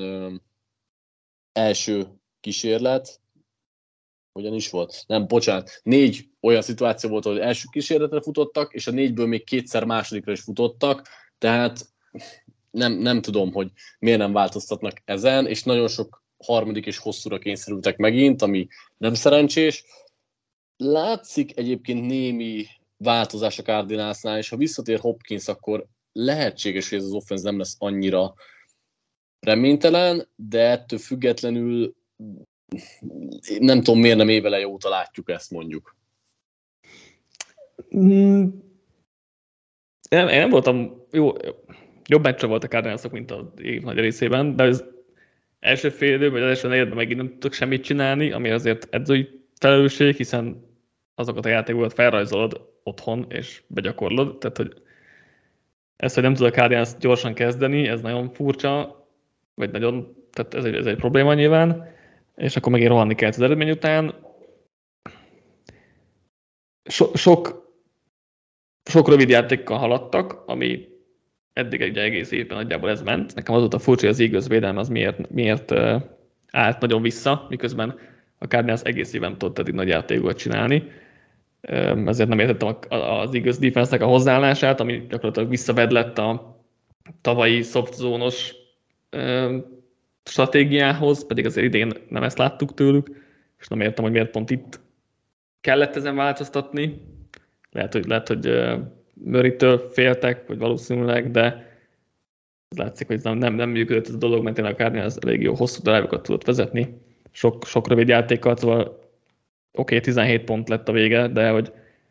első kísérlet, hogyan is volt? Nem, bocsánat, 4 olyan szituáció volt, hogy első kísérletre futottak, és a 4-ből még 2-szer másodikra is futottak, tehát nem tudom, hogy miért nem változtatnak ezen, és nagyon sok harmadik és hosszúra kényszerültek megint, ami nem szerencsés. Látszik egyébként némi változás a Cardinalsnál, és ha visszatér Hopkins, akkor lehetséges, hogy ez az offense nem lesz annyira reménytelen, de ettől függetlenül nem tudom, miért nem éveleje óta látjuk ezt, mondjuk. Én nem voltam jobb meccse volt a Cardinalsok, mint az év nagy részében, de az első fél időben, vagy az első negyedben megint nem tudok semmit csinálni, ami azért edzői felelősség, hiszen azokat a játékokat felrajzolod otthon, és begyakorlod, tehát hogy ezt, hogy nem tud a Cardinals gyorsan kezdeni, ez nagyon furcsa, vagy nagyon, tehát ez egy probléma nyilván, és akkor megint rohanni kell az eredmény után. Sok rövid játékkal haladtak, ami eddig egy egész évben nagyjából ez ment. Nekem az volt a furcsa, hogy az Eagles védelme az miért állt nagyon vissza, miközben a Cardinals egész évben tudott eddig nagy játékokat csinálni. Ezért nem értettem az Eagles defense-nek a hozzáállását, ami gyakorlatilag visszavedlett a tavalyi soft zónos stratégiához, pedig azért idén nem ezt láttuk tőlük, és nem értem, hogy miért pont itt kellett ezen változtatni. Lehet, hogy Murray-től féltek, vagy valószínűleg, de látszik, hogy nem működött ez a dolog, mert tényleg a Cardinals elég jó hosszú drive-okat tudott vezetni. Sok rövid játékkal, szóval oké, 17 pont lett a vége, de hogy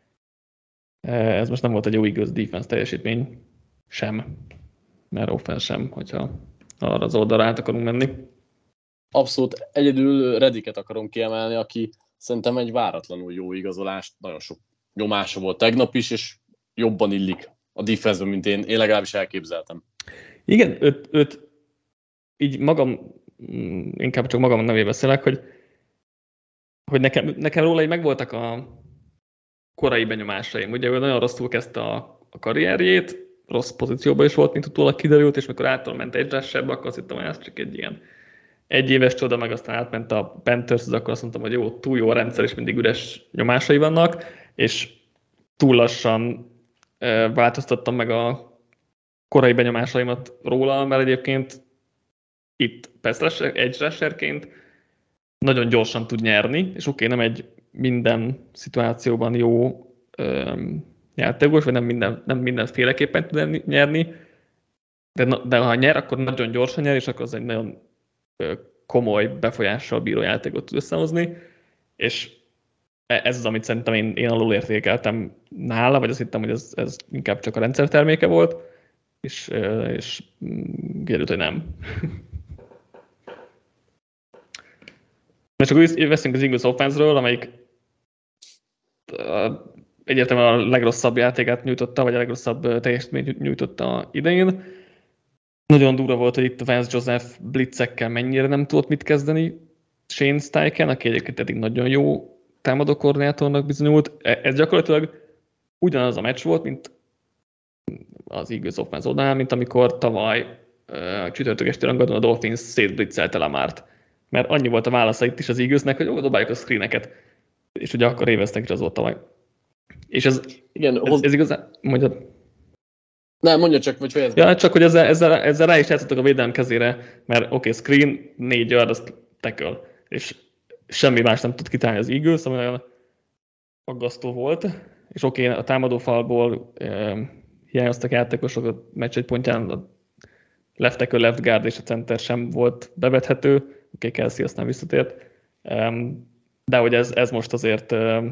ez most nem volt egy jó Eagles defense teljesítmény sem, mert offense sem, hogyha arra az oldalra át akarunk menni. Abszolút. Egyedül Redicket akarom kiemelni, aki szerintem egy váratlanul jó igazolást, nagyon sok nyomása volt tegnap is, és jobban illik a defense-ben, mint én legalábbis elképzeltem. Igen, őt így inkább csak magam nevében beszélek, hogy nekem róla így megvoltak a korai benyomásaim. Ugye ő nagyon rosszul kezdte a karrierjét, rossz pozícióban is volt, mint utólag kiderült, és mikor átment egy rushbe, akkor azt hittem, hogy ez csak egy ilyen egyéves csoda, meg aztán átment a Panthers, akkor azt mondtam, hogy jó, túl jó a rendszer, és mindig üres nyomásai vannak, és túl lassan változtattam meg a korai benyomásaimat róla, mert egyébként itt edge rusherként nagyon gyorsan tud nyerni, és oké, nem egy minden szituációban jó játékos, vagy nem mindenféleképpen tud nyerni, de ha nyer, akkor nagyon gyorsan nyer, és akkor az egy nagyon komoly befolyással bíró játékot tud összehozni, és ez az, amit szerintem én alul értékeltem nála, vagy azt hittem, hogy ez inkább csak a rendszer terméke volt, és kiderült, hogy nem. És akkor veszünk az Eagles offense-ről, amelyik egyértelműen a legrosszabb játékát nyújtotta, vagy a legrosszabb teljesítményt nyújtotta idején. Nagyon durva volt, hogy itt a Vance Joseph blitzekkel mennyire nem tudott mit kezdeni Shane Steichen, aki egyébként eddig nagyon jó támadó koordinátornak bizonyult. Ez gyakorlatilag ugyanaz a meccs volt, mint az Eagles offense oldalán, mint amikor tavaly csütörtök este rangadón a Dolphins szétblitzelte Lamart. Mert annyi volt a válasza itt is az Eaglesnek, hogy dobáljuk a screeneket. És ugye akkor éveztek is az volt tavaly. És ez igazán... Nem, mondja csak, vagy fejezd. Ja, csak hogy ezzel rá is játszottak a védelem kezére, mert oké, screen, 4 yard, azt tackle. és semmi más nem tud kitálni az Eagles, ami nagyon aggasztó volt, és oké, a támadófalból hiányoztak játékosok a meccs egy pontján, a left tackle, left guard és a center sem volt bevethető, oké, Kelsey aztán visszatért, de hogy ez most azért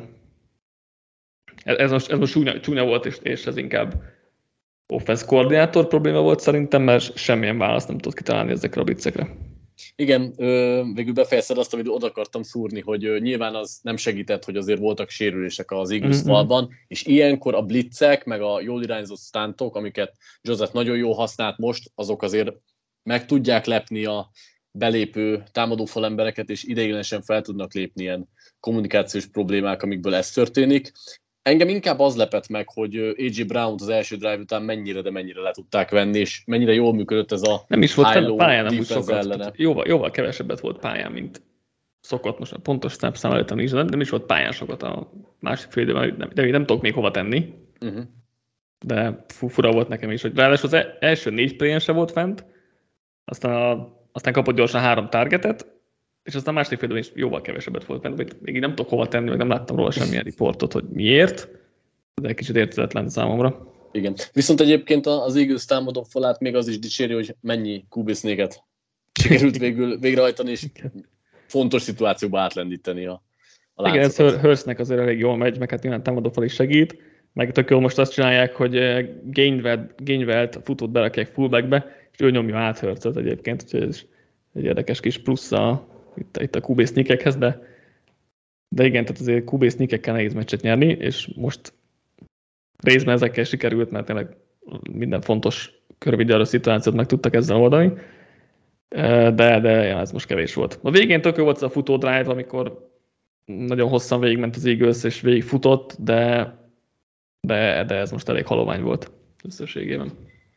ez most csúnya volt, és ez inkább offense koordinátor probléma volt szerintem, mert semmilyen választ nem tudott kitalálni ezekre a blitzekre. Igen, végül befejezted azt, amit oda akartam szúrni, hogy nyilván az nem segített, hogy azért voltak sérülések az Eagles falban, és ilyenkor a blitzek, meg a jól irányzott stuntok, amiket Joseph nagyon jól használt most, azok azért meg tudják lepni a belépő támadófal embereket, és ideiglenesen fel tudnak lépni ilyen kommunikációs problémák, amikből ez történik. Engem inkább az lepett meg, hogy A.J. Brown-t az első drive után mennyire le tudták venni, és mennyire jól működött ez a nem is volt high-low pályán, nem úgy defense sokat, ellene. jóval kevesebbet volt pályán, mint szokott, most pontos szám előtt is, nem is volt pályán sokat a másik fél időben, de nem tudok még hova tenni. De fura volt nekem is, hogy ráadásul az első 4 playen se volt fent, aztán kapott gyorsan 3 targetet, és aztán a második fél időben is jóval kevesebbet volt fent, még így nem tudok hova tenni, meg nem láttam róla semmilyen riportot, hogy miért, de egy kicsit érthetetlen számomra. Igen. Viszont egyébként az Eagles támadó falát még az is dicséri, hogy mennyi QB sneaket sikerült végrehajtani, és fontos szituációba átlendíteni a láncokat. Igen, ez Hurstnek azért elég jól megy, meg hát nyilván támadó fal is segít, meg tök jól most azt csinálják, hogy Gainwell-t futót berakják fullbackbe, és ő nyomja át Hurtstot egyébként, úgyhogy ez egy érdekes kis plusz itt a QB sneakekhez, de igen, tehát azért QB sneakekkel nehéz meccset nyerni, és most részben ezekkel sikerült, mert tényleg minden fontos körvigyaró szituációt meg tudtak ezzel oldani, de ja, ez most kevés volt. A végén tök jó volt ez a futó drive, amikor nagyon hosszan végigment az Eagles, és végigfutott, de ez most elég halovány volt összességében.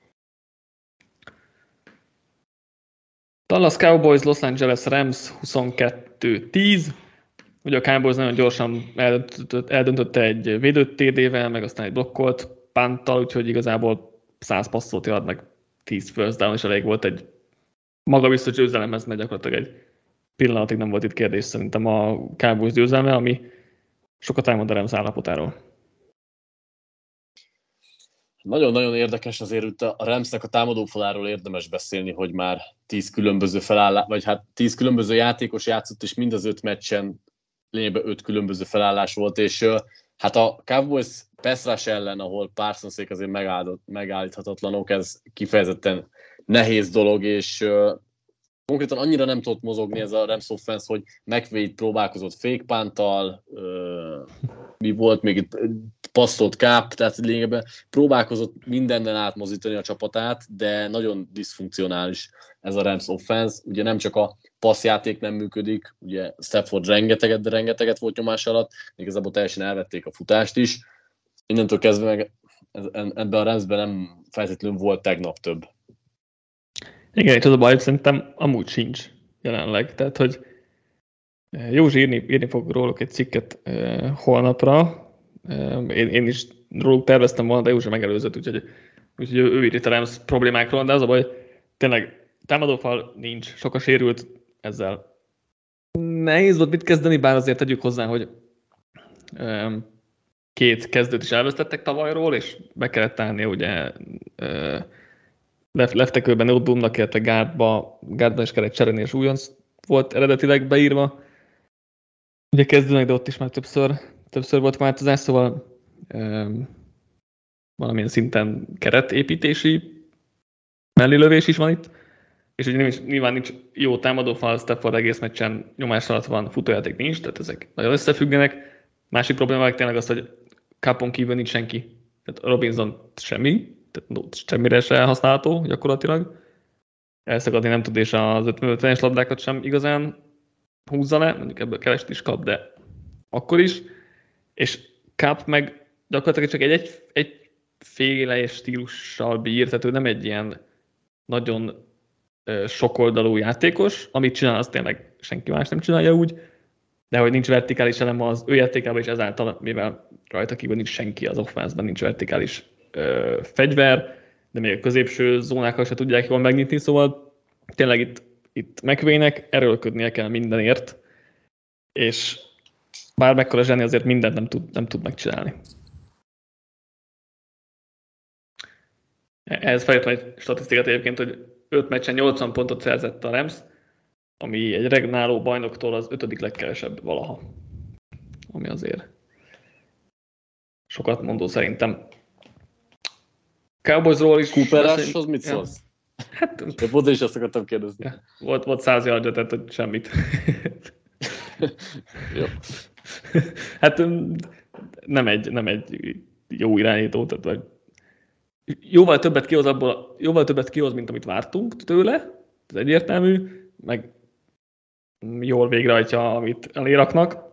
Dallas Cowboys, Los Angeles Rams 22-10. Ugye a Cowboys nagyon gyorsan eldöntötte egy védőt TD-vel, meg aztán egy blokkolt punttal, úgyhogy igazából 100 passzot jard, meg 10 first down, és elég volt egy magabiztos győzelemhez, mert gyakorlatilag egy pillanatig nem volt itt kérdés szerintem a Cowboys győzelme, ami sokat elmond a Rams állapotáról. Nagyon-nagyon érdekes azért itt a Ramsnek a támadófaláról érdemes beszélni, hogy már 10 különböző felállás, vagy hát 10 különböző játékos játszott, és mind az 5 meccsen lényegben 5 különböző felállás volt, és hát a Cowboys pass rush ellen, ahol Parsonsék azért megállíthatatlanok, ez kifejezetten nehéz dolog, és konkrétan annyira nem tudott mozogni ez a Rams offense, hogy McVay próbálkozott fake punttal, mi volt még itt, passzolt Cup, tehát lényegében próbálkozott mindennel átmozdítani a csapatát, de nagyon diszfunkcionális ez a Rams offense. Ugye nem csak a passzjáték nem működik, ugye Stafford rengeteget volt nyomás alatt, igazából teljesen elvették a futást is. Innentől kezdve meg ebben a Ramsben nem feltétlenül volt tegnap több. Igen, és az a baj, szerintem amúgy sincs jelenleg. Tehát, hogy Józsi írni fog róluk egy cikket holnapra. Én is róluk terveztem volna, de Józsi megelőzött, úgyhogy ő ír itt a Rams problémákról, de az a baj, tényleg támadófal nincs, sok a sérült, ezzel nehéz volt mit kezdeni, bár azért tegyük hozzá, hogy 2 kezdőt is elvesztettek tavalyról, és be kellett állni ugye left tackle-ben Odumnak, illetve guardban is kellett cserélni, és újonc volt eredetileg beírva. Ugye kezdőnek, de ott is már többször volt változás, szóval valamilyen szinten keretépítési mellélövés is van itt, és ugye nyilván nincs jó támadófal, Stafford egész meccsen nyomás alatt van, futójáték nincs, tehát ezek nagyon összefüggenek. Másik problémák tényleg az, hogy Cupon kívül nincs senki, tehát Robinson semmi, tehát semmire se használható gyakorlatilag. Elszakadni nem tud, és az 50-50-es labdákat sem igazán húzza le, mondjuk ebből keveset is kap, de akkor is. És Cup meg gyakorlatilag csak egy féle stílussal bír, tehát ő nem egy ilyen nagyon sokoldalú játékos, amit csinál, az tényleg senki más nem csinálja úgy, de hogy nincs vertikális elem az ő játékában, és ezáltal, mivel rajta kívül nincs senki az offense-ben, nincs vertikális fegyver, de még a középső zónákkal se tudják jól megnyitni, szóval tényleg itt McVaynek erőlködnie kell mindenért, és bármekkora zseni azért mindent nem tud megcsinálni. Ehhez felírtam egy statisztikát egyébként, hogy 5 meccsen 80 pontot szerzett a Rams, ami egy regnáló bajnoktól az 5. legkevesebb valaha. Ami azért sokat mondó szerintem. Cowboysról is... Cooperáshoz mit szólsz? Hát... De pont is azt akartam kérdezni. Ja, volt 100 yardja, tehát hogy semmit. Jó. Hát nem egy jó irányító, tehát jóval többet kihoz, mint amit vártunk tőle, ez egyértelmű, meg jól végrehajtja, amit eléraknak,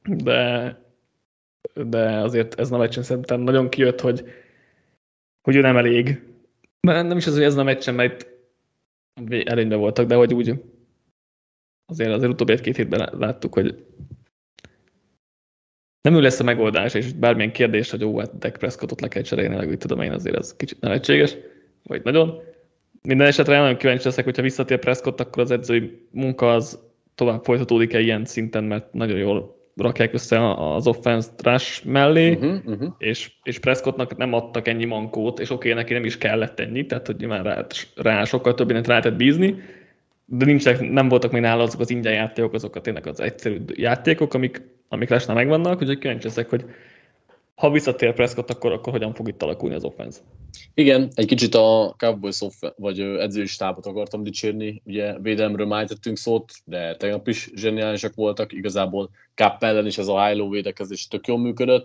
de azért ez a meccsen szerintem nagyon kijött, hogy ő nem elég. Nem is az, hogy ez a meccsen, mert előnyben voltak, de hogy úgy azért utóbbi 1-2 hétben láttuk, hogy nem ő lesz a megoldás, és bármilyen kérdés, hogy hát Dak Prescottot le kell cserélni, meg úgy tudom én, azért ez kicsit nevetséges, vagy nagyon. Minden esetre nagyon kíváncsi leszek, hogyha visszatér Prescott, akkor az edzői munka az tovább folytatódik-e ilyen szinten, mert nagyon jól rakják össze az offense rush mellé, és Prescottnak nem adtak ennyi mankót, és oké, neki nem is kellett ennyi, tehát hogy nyilván rá sokkal több mindent rá lehetett bízni, de nem voltak még nála azok az ingyen játékok, azok tényleg az egyszerű játékok, amik lesne megvannak, úgyhogy kíváncsi leszek, hogy ha visszatér Prescott, akkor hogyan fog itt alakulni az offense. Igen, egy kicsit a Cowboys vagy edzői stábot akartam dicsérni, ugye védelemről már tettünk szót, de tegnap is zseniálisak voltak, igazából Cup ellen is ez a high-low védekezés tök jól működött,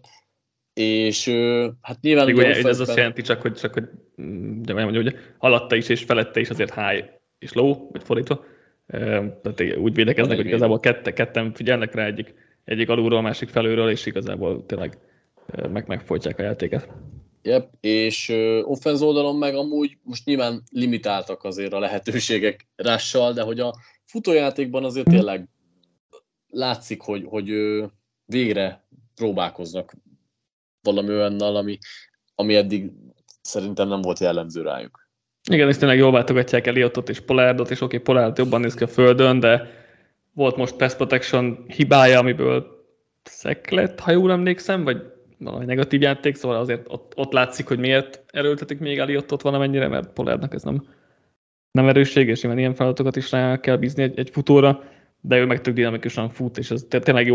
és hát nyilván... Ugye, ez azt jelenti csak, hogy de mondja, hogy alatta is és felette is azért high és low, vagy fordítva, tehát úgy védekeznek, hogy igazából ketten figyelnek rá egyik alulról, a másik felülről, és igazából tényleg megfojtják a játéket. Yep, és offense oldalon meg amúgy most nyilván limitáltak azért a lehetőségek rással, de hogy a futójátékban azért tényleg látszik, hogy végre próbálkoznak valami olyannal, ami eddig szerintem nem volt jellemző rájuk. Igen, és tényleg jól váltogatják Elliotot és Pollardot, és oké, Pollard jobban néz ki a földön, de volt most pass protection hibája, amiből sack lett, ha jól emlékszem, vagy valami negatív játék, szóval azért ott látszik, hogy miért erőltetik még Elliotot valamennyire, mert Pollardnak ez nem erősség, és ilyen feladatokat is rá kell bízni egy futóra, de ő meg tök dinamikusan fut, és ez tényleg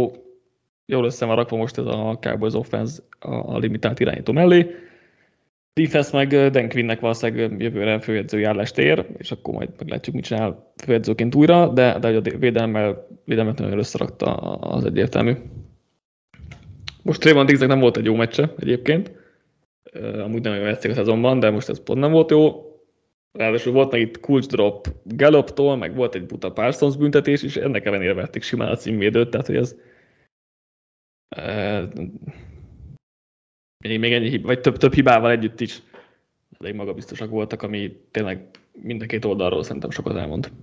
jól össze van rakva most ez a Cowboys offense a limitált irányító mellé. Defense meg Dan Quinnnek valószínűleg jövőre főedzői állást ér, és akkor majd meglátjuk, mit csinál főedzőként újra, de hogy a védelmet nagyon összerakta, az egyértelmű. Most Trayvon Diggsnek nem volt egy jó meccse egyébként, amúgy nem jó játszik a szezonban, de most ez pont nem volt jó. Ráadásul volt meg itt kulcs drop Galloptól, meg volt egy buta Parsons büntetés, és ennek ellenére vették simán a címvédőt, tehát hogy ez még ennyi vagy több hibával együtt is elég magabiztosak voltak, ami tényleg mind a két oldalról szerintem sokat elmond.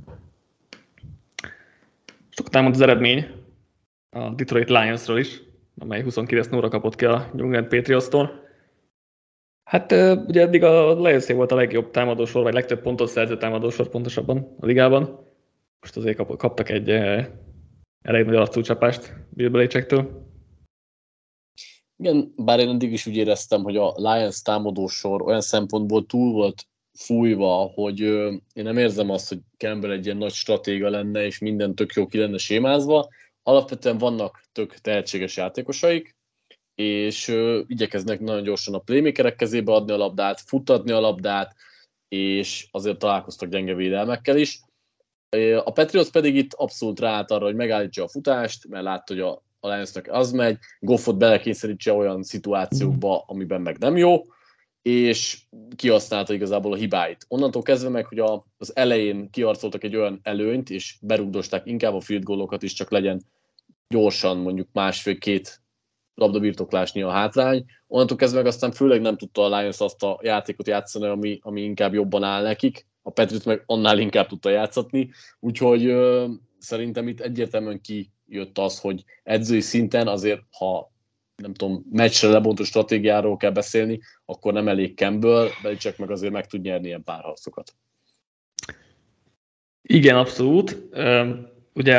Sokat elmond az eredmény a Detroit Lionsról is, amely 29-0-ra kapott ki a New England Patriots-tól. Hát ugye eddig a Lions volt a legjobb támadósor, vagy legtöbb pontot szerző támadósor pontosabban a ligában. Most azért kaptak egy elég nagy arcúcsapást Bill Belichicktől. Igen, bár én eddig is úgy éreztem, hogy a Lions támadósor olyan szempontból túl volt fújva, hogy én nem érzem azt, hogy Campbell egy ilyen nagy stratéga lenne, és minden tök jó ki lenne sémázva. Alapvetően vannak tök tehetséges játékosaik, és igyekeznek nagyon gyorsan a playmakerek kezébe adni a labdát, futtatni a labdát, és azért találkoztak gyenge védelmekkel is. A Patriots pedig itt abszolút ráállt arra, hogy megállítsa a futást, mert látta, hogy a Lionsnak az megy, Goffot belekényszerítse olyan szituációkba, amiben meg nem jó, és kihasználta igazából a hibáit. Onnantól kezdve meg, hogy az elején kiharcoltak egy olyan előnyt, és berugdosták inkább a field goalokat is, csak legyen gyorsan mondjuk 1,5-2 labdabirtoklásnyi a hátrány. Onnantól kezdve meg aztán főleg nem tudta a Lions azt a játékot játszani, ami inkább jobban áll nekik. A Patriots meg annál inkább tudta játszatni, úgyhogy szerintem itt egyértelműen kijött az, hogy edzői szinten azért, ha nem tudom, meccsre lebontó stratégiáról kell beszélni, akkor nem elég Campbell, Belichick meg azért meg tud nyerni ilyen párharcokat. Igen, abszolút. Ugye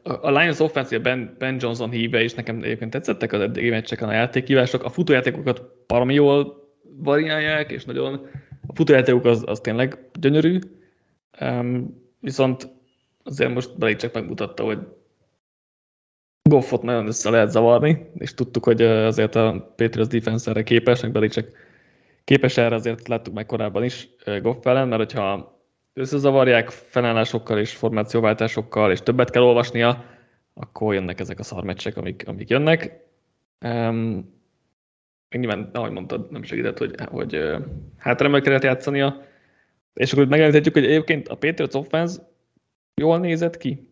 a Lions offense Ben Johnson híve, és nekem egyébként tetszettek az eddigi meccseken a játékhívások. A futójátékokat baromi jól variálják, és nagyon a futójátékok az tényleg gyönyörű. Viszont azért most Belichick megmutatta, hogy Goffot nagyon össze lehet zavarni, és tudtuk, hogy azért a Patriots defense erre képes, meg Belichick képes erre, azért láttuk meg korábban is Goff ellen, mert hogyha összezavarják felállásokkal és formációváltásokkal, és többet kell olvasnia, akkor jönnek ezek a szarmeccsek, amik jönnek. Nyilván, ahogy mondtad, nem segített, hogy hátrányban kellett játszania. És akkor megemlíthetjük, hogy egyébként a Patriots offense jól nézett ki.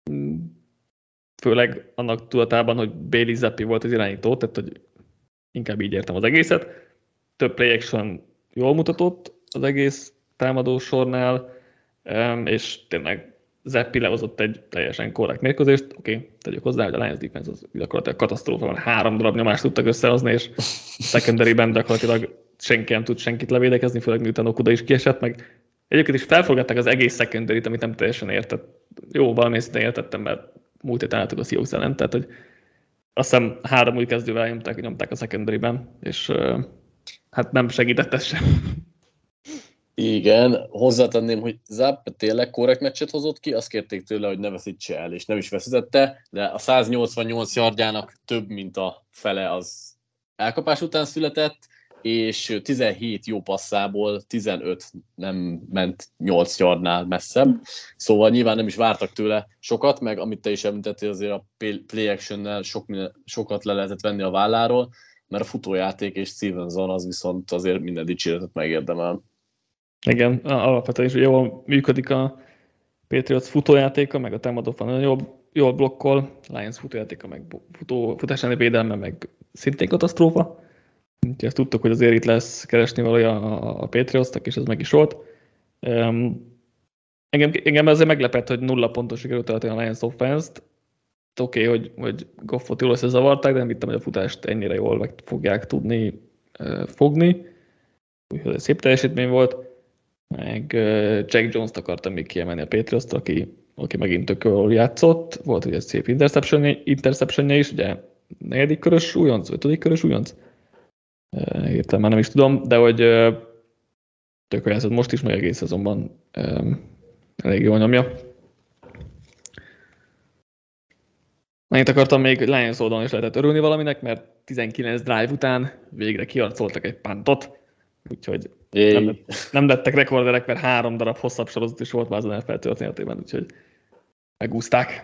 Főleg annak tudatában, hogy Bailey Zappi volt az irányító, tehát hogy inkább így értem az egészet. Több play action jól mutatott az egész támadó sornál, és tényleg Zappi lehozott egy teljesen korrekt mérkőzést. Oké, tegyük hozzá, hogy a Lions defense az gyakorlatilag katasztrófa, mert 3 darab nyomást tudtak összehozni, és secondary-ben gyakorlatilag senki nem tud senkit levédekezni, főleg miután Okuda is kiesett, meg egyébként is felforgatták az egész secondary-t, amit nem teljesen értett. Jó, valamilyen szinten értettem, mert múlt héten álltuk a Seahawks ellen, tehát hogy azt hiszem 3 új kezdővel nyomták a secondary-ben, és hát nem segített ez sem. Igen, hozzátenném, hogy Zapp tényleg korrekt meccset hozott ki, azt kérték tőle, hogy ne veszítse el, és nem is veszítette, de a 188 yardjának több, mint a fele az elkapás után született, és 17 jó passzából 15 nem ment 8 yardnál messzebb, szóval nyilván nem is vártak tőle sokat, meg amit te is említettél, azért a play action-nel sokat le lehetett venni a válláról, mert a futójáték és Stevenson az viszont azért minden dicséretet megérdemel. Igen, alapvetően is jól működik a Patriots futójátéka, meg a támadófal nagyon jól blokkol, Lions futójátéka, meg futásáni védelme, meg szintén katasztrófa. Úgyhogy ezt tudtuk, hogy azért itt lesz keresni valója a Patriotsnak, és ez meg is volt. Engem azért meglepett, hogy 0 pontos sikerült tartani a Lions offense-t. Oké, hogy Goffot jól összezavarták, de nem hittem, hogy a futást ennyire jól meg fogják tudni fogni. Úgyhogy ez szép teljesítmény volt. Meg Jack Jones-t akartam még kiemelni a Patriots-t, aki megint tök jól játszott. Volt ugye egy szép interceptionje is, ugye 4. körös újonc, 5. körös újonc. Értem, már nem is tudom, de hogy tök jól játszott most is, meg egész szezonban elég jól nyomja. Annyit akartam még, hogy Lions oldalon is lehetett örülni valaminek, mert 19 drive után végre kiarcoltak egy puntot, úgyhogy nem lettek rekorderek, mert 3 darab hosszabb sorozat is volt már az NFL történetében, úgyhogy megúszták.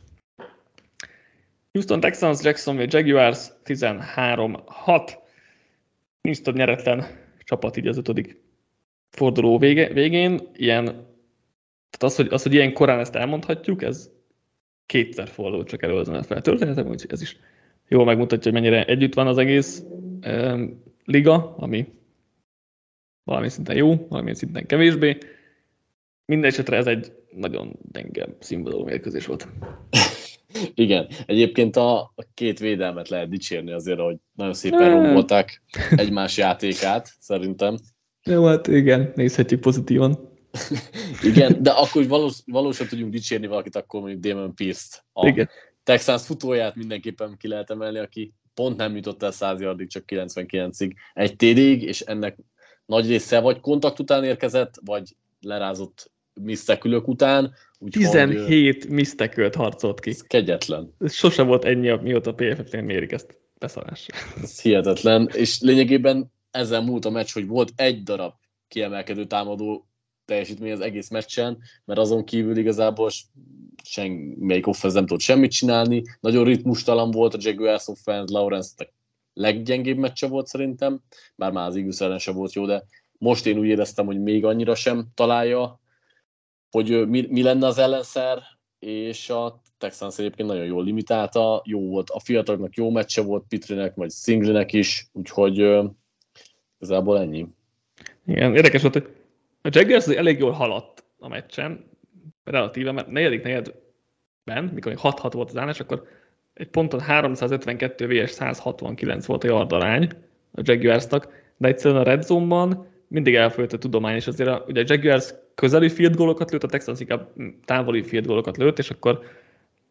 Houston Texans, Jacksonville Jaguars 13-6. Nincs több nyeretlen csapat így az 5. forduló végén. Tehát az, hogy ilyen korán ezt elmondhatjuk, ez 2-szer fordult csak elő az NFL történetében, úgyhogy ez is jól megmutatja, hogy mennyire együtt van az egész liga, ami valami szinten jó, valami szinten kevésbé. Minden esetre ez egy nagyon gyenge színvonalú mérkőzés volt. Igen, egyébként a 2 védelmet lehet dicsérni azért, hogy nagyon szépen rombolták egymás játékát, szerintem. Jó, hát igen, nézhetjük pozitívan. Igen, de akkor, hogy valósan tudjunk dicsérni valakit, akkor mondjuk Damon Pierce-t. A Texans futóját mindenképpen ki lehet emelni, aki pont nem jutott el 100 yardig, csak 99-ig egy TD-ig, és ennek nagy része vagy kontakt után érkezett, vagy lerázott misztekülök után. 17 misztekült harcolt ki. Ez kegyetlen. Ez sose volt ennyi, mióta a PFF-nél mérik ezt beszarásra. Ez hihetetlen, és lényegében ezzel múlt a meccs, hogy volt egy darab kiemelkedő támadó teljesítmény az egész meccsen, mert azon kívül igazából melyik offense nem tudott semmit csinálni. Nagyon ritmustalan volt a Jaguars offense, Lawrence leggyengébb meccse volt szerintem, bár már az Eagles ellen sem volt jó, de most én úgy éreztem, hogy még annyira sem találja, hogy mi lenne az ellenszer, és a Texans egyébként nagyon jól limitálta, jó volt, a fiataloknak jó meccse volt, Pitrinek, vagy Singlenek is, úgyhogy igazából ennyi. Igen, érdekes volt, hogy a Jaguars elég jól haladt a meccsen, relatíve, mert negyedik negyedben, mikor még 6-6 volt az állás, akkor egy ponton 352 vs 169 volt a yard arány a Jaguarsnak, de egyszerűen a red zone-ban mindig elfolyott a tudomány, és azért ugye a Jaguars közeli field goalokat lőtt, a Texans inkább távoli field goalokat lőtt, és akkor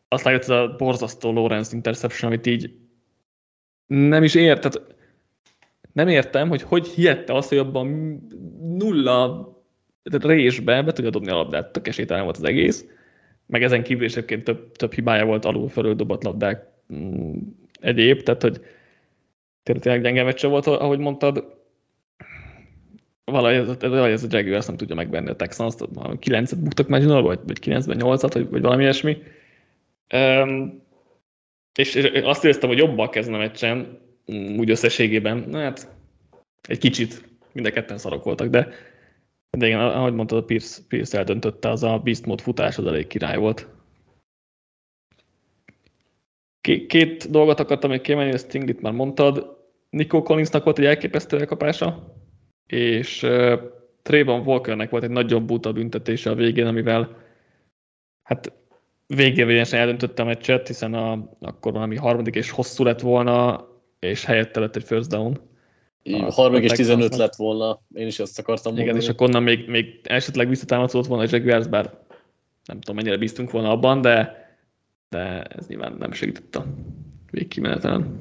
aztán jött ez a borzasztó Lawrence interception, amit így nem is érted. Nem értem, hogy hihette azt, hogy abban nulla résbe be tudja dobni a labdát. Tök esélytelen volt az egész. Meg ezen kívül is egyébként több hibája volt alul-fölül dobott labdák egyéb, tehát hogy tényleg gyenge meccse volt, ahogy mondtad. Valahogy ez a Jaguars nem tudja megvenni a Texans-t, 9-et buktak már vagy 9-ben 8-at, vagy valami ilyesmi. És azt éreztem, hogy jobban kezden a meccsen, úgy összességében, hát egy kicsit, mind a ketten szarok voltak, de igen, ahogy mondtad, a Pierce eldöntötte, az a Beast Mode futás az elég király volt. Két dolgot akartam még kiemelni, ezt Stinglit már mondtad. Nico Collinsnak volt egy elképesztő elkapása, és Trayvon Walkernek volt egy nagyon buta büntetése a végén, amivel hát végérvényesen eldöntötte a meccset, hiszen akkor valami harmadik és hosszú lett volna, és helyette lett egy first down. Harmadik és 15 lett volna, én is ezt akartam mondani. Igen, és akkor onnan még esetleg visszatámadott volna a Jaguars, bár nem tudom, mennyire bíztunk volna abban, de ez nyilván nem segített a végkimenetelen.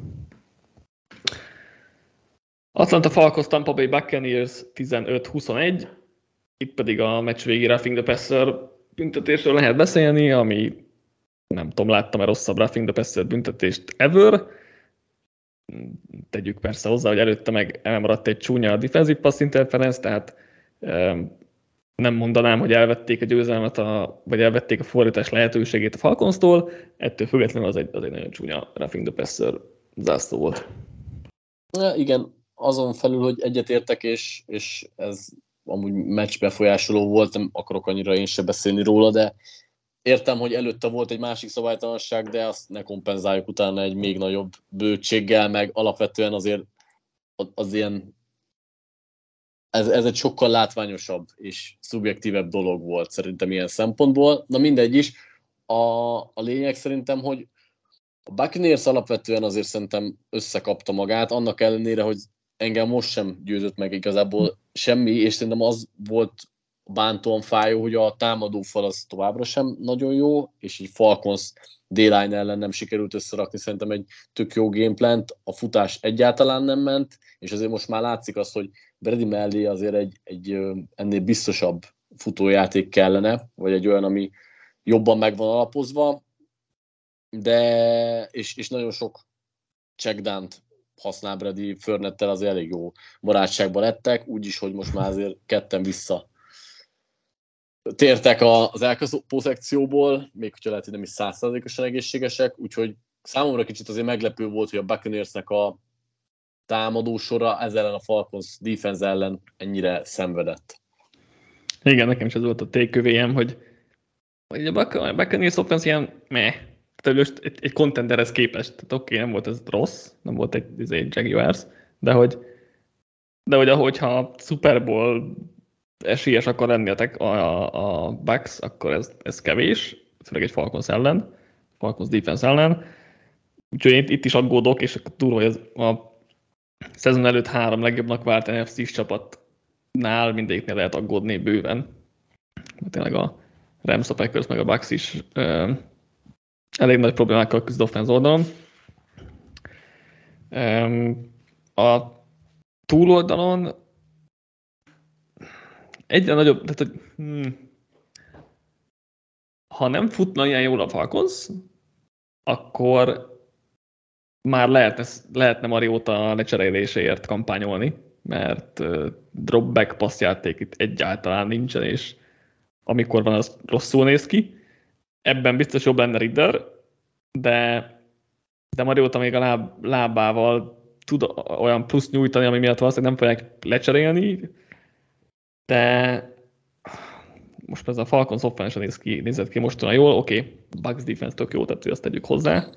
Atlanta Falcons Tampa Bay Buccaneers 15-21, itt pedig a meccs végi roughing the passer büntetésről lehet beszélni, ami nem tudom, láttam-e rosszabb roughing the passer büntetést ever. Tegyük persze hozzá, hogy előtte meg elmaradt egy csúnya defensive pass interference, tehát nem mondanám, hogy elvették a győzelmet, vagy elvették a fordítás lehetőségét a Falconstól, ettől függetlenül az egy nagyon csúnya roughing the passer zászló volt. Ja, igen, azon felül, hogy egyetértek, és ez amúgy meccs befolyásoló volt, nem akarok annyira én se beszélni róla, de értem, hogy előtte volt egy másik szabálytalanság, de azt ne kompenzáljuk utána egy még nagyobb bőtséggel, meg alapvetően azért az ilyen ez egy sokkal látványosabb és szubjektívebb dolog volt szerintem ilyen szempontból. Na mindegy is. A lényeg szerintem, hogy a Buccaneers alapvetően azért szerintem összekapta magát, annak ellenére, hogy engem most sem győzött meg igazából semmi, és szerintem az volt bántóan fájó, hogy a támadófal az továbbra sem nagyon jó, és így Falcons D-line ellen nem sikerült összerakni szerintem egy tök jó gameplant, a futás egyáltalán nem ment, és azért most már látszik az, hogy Brady mellé azért egy ennél biztosabb futójáték kellene, vagy egy olyan, ami jobban meg van alapozva, de és nagyon sok checkdownt használ Brady, Fournette-tel azért elég jó barátságban lettek, úgyis, hogy most már azért ketten vissza tértek az elkapó szekcióból, még hogyha lehet, hogy nem is 100%-osan egészségesek, úgyhogy számomra kicsit azért meglepő volt, hogy a Buccaneersnek a támadó sora ezzel ellen a Falcons defense ellen ennyire szenvedett. Igen, nekem is ez volt a tékövéjem, hogy a Buccaneers offense ilyen tehát egy contenderhez képest, tehát oké, nem volt ez rossz, nem volt egy Jaguars, de hogy ahogyha Super Bowl esélyes akar lenni a Bucks, akkor ez kevés, főleg egy Falcons defense ellen. Úgyhogy itt is aggódok, és durva, hogy ez a szezon előtt 3 legjobbnak vált NFC-s csapatnál mindegyiknél lehet aggódni bőven. Tényleg a Rams, a Packers meg a Bucks is elég nagy problémákkal küzd offense oldalon. A túloldalon egyre nagyobb, tehát hogy ha nem futna ilyen jól a Falcons, akkor már lehetne Mariota lecseréléséért kampányolni, mert dropback passzjáték itt egyáltalán nincsen, és amikor van, az rosszul néz ki. Ebben biztos jobb lenne Ridder, de Mariota még a lábával tud olyan plusz nyújtani, ami miatt valószínűleg nem fogják lecserélni, de most ez a Falcons offense nézett ki most olyan jól, oké, Bucks defense tök jó, tehát azt tegyük hozzá.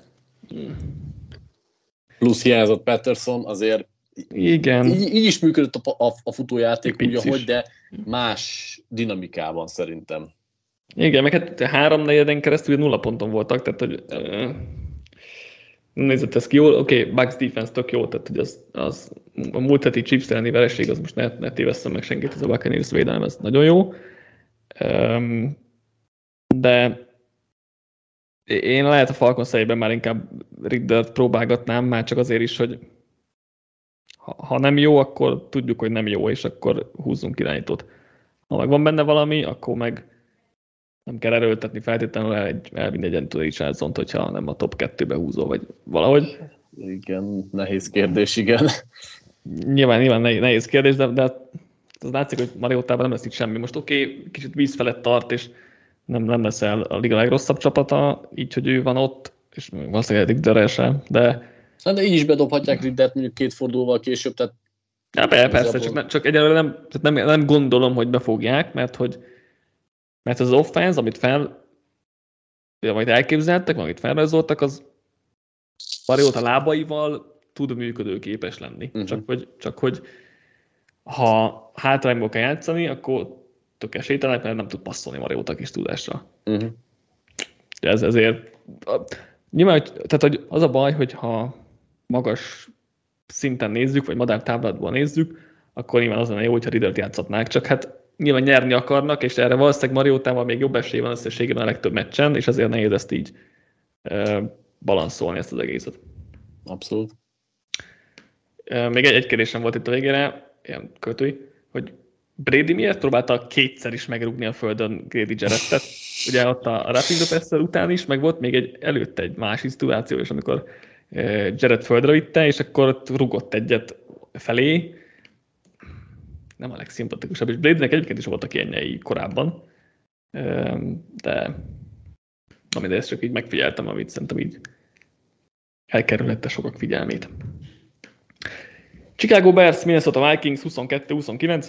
Plusz hiányzott Patterson, azért igen. Így is működött a futójáték úgy, ahogy, de más dinamikában szerintem. Igen, meg hát 3 negyeden keresztül 0 ponton voltak, tehát hogy nem nézett ez ki jól. Oké, Bucks defense tök jó, tehát hogy az a múlt heti Chiefs elleni vereség, az most ne tévesszem meg senkit, ez a Buccaneers védelem, ez nagyon jó. De Én lehet a Falcons helyében már inkább Riddert próbálgatnám, már csak azért is, hogy ha nem jó, akkor tudjuk, hogy nem jó, és akkor húzzunk irányítót. Ha meg van benne valami, akkor meg nem kell erőltetni feltétlenül elvinni egy Anthony Richardsont, hogyha nem a top 2-be húzó, vagy valahogy. Igen, nehéz kérdés, igen. Nyilván nehéz kérdés, de az látszik, hogy Mariotában nem lesz itt semmi. Most kicsit víz felett tart, és nem lesz el a liga legrosszabb csapata, így, hogy ő van ott, és valószínűleg Ridderrel sem, de... De így is bedobhatják Riddert mondjuk 2 fordulóval később, tehát... Ja, persze, csak egyelőre nem gondolom, hogy befogják, mert az offense, amit elképzeltek, amit felrajzoltak, az Mariota lábaival tud működőképes lenni. Csak hogy ha hátrányból kell játszani, akkor tök esélytelenek, mert nem tud passzolni Mariota kis tudásra. Ezért nyilván, tehát, hogy az a baj, hogy ha magas szinten nézzük, vagy madártáblatból nézzük, akkor nyilván az lenne jó, hogyha Riddert játszhatnák, csak hát nyilván nyerni akarnak, és erre valószínűleg Mariotával még jobb esély van összességében a legtöbb meccsen, és azért nehéz ezt így balanszolni, ezt az egészet. Abszolút. Még egy kérdésem volt itt a végére, ilyen költői, hogy Brady miért próbálta 2-szer is megrúgni a földön Grady Jarrettet? Ugye ott a roughing the passer után is, meg volt még előtte egy másik szituáció is, amikor Jarrett földre vitte, és akkor ott rugott egyet felé. Nem a legszimpatikusabb, és Bradynek egyébként is voltak ilyenjei korábban, de mindegy, ezt csak így megfigyeltem, amit szerintem így elkerülhette sokak figyelmét. Chicago Bears, Minnesota Vikings 22-29.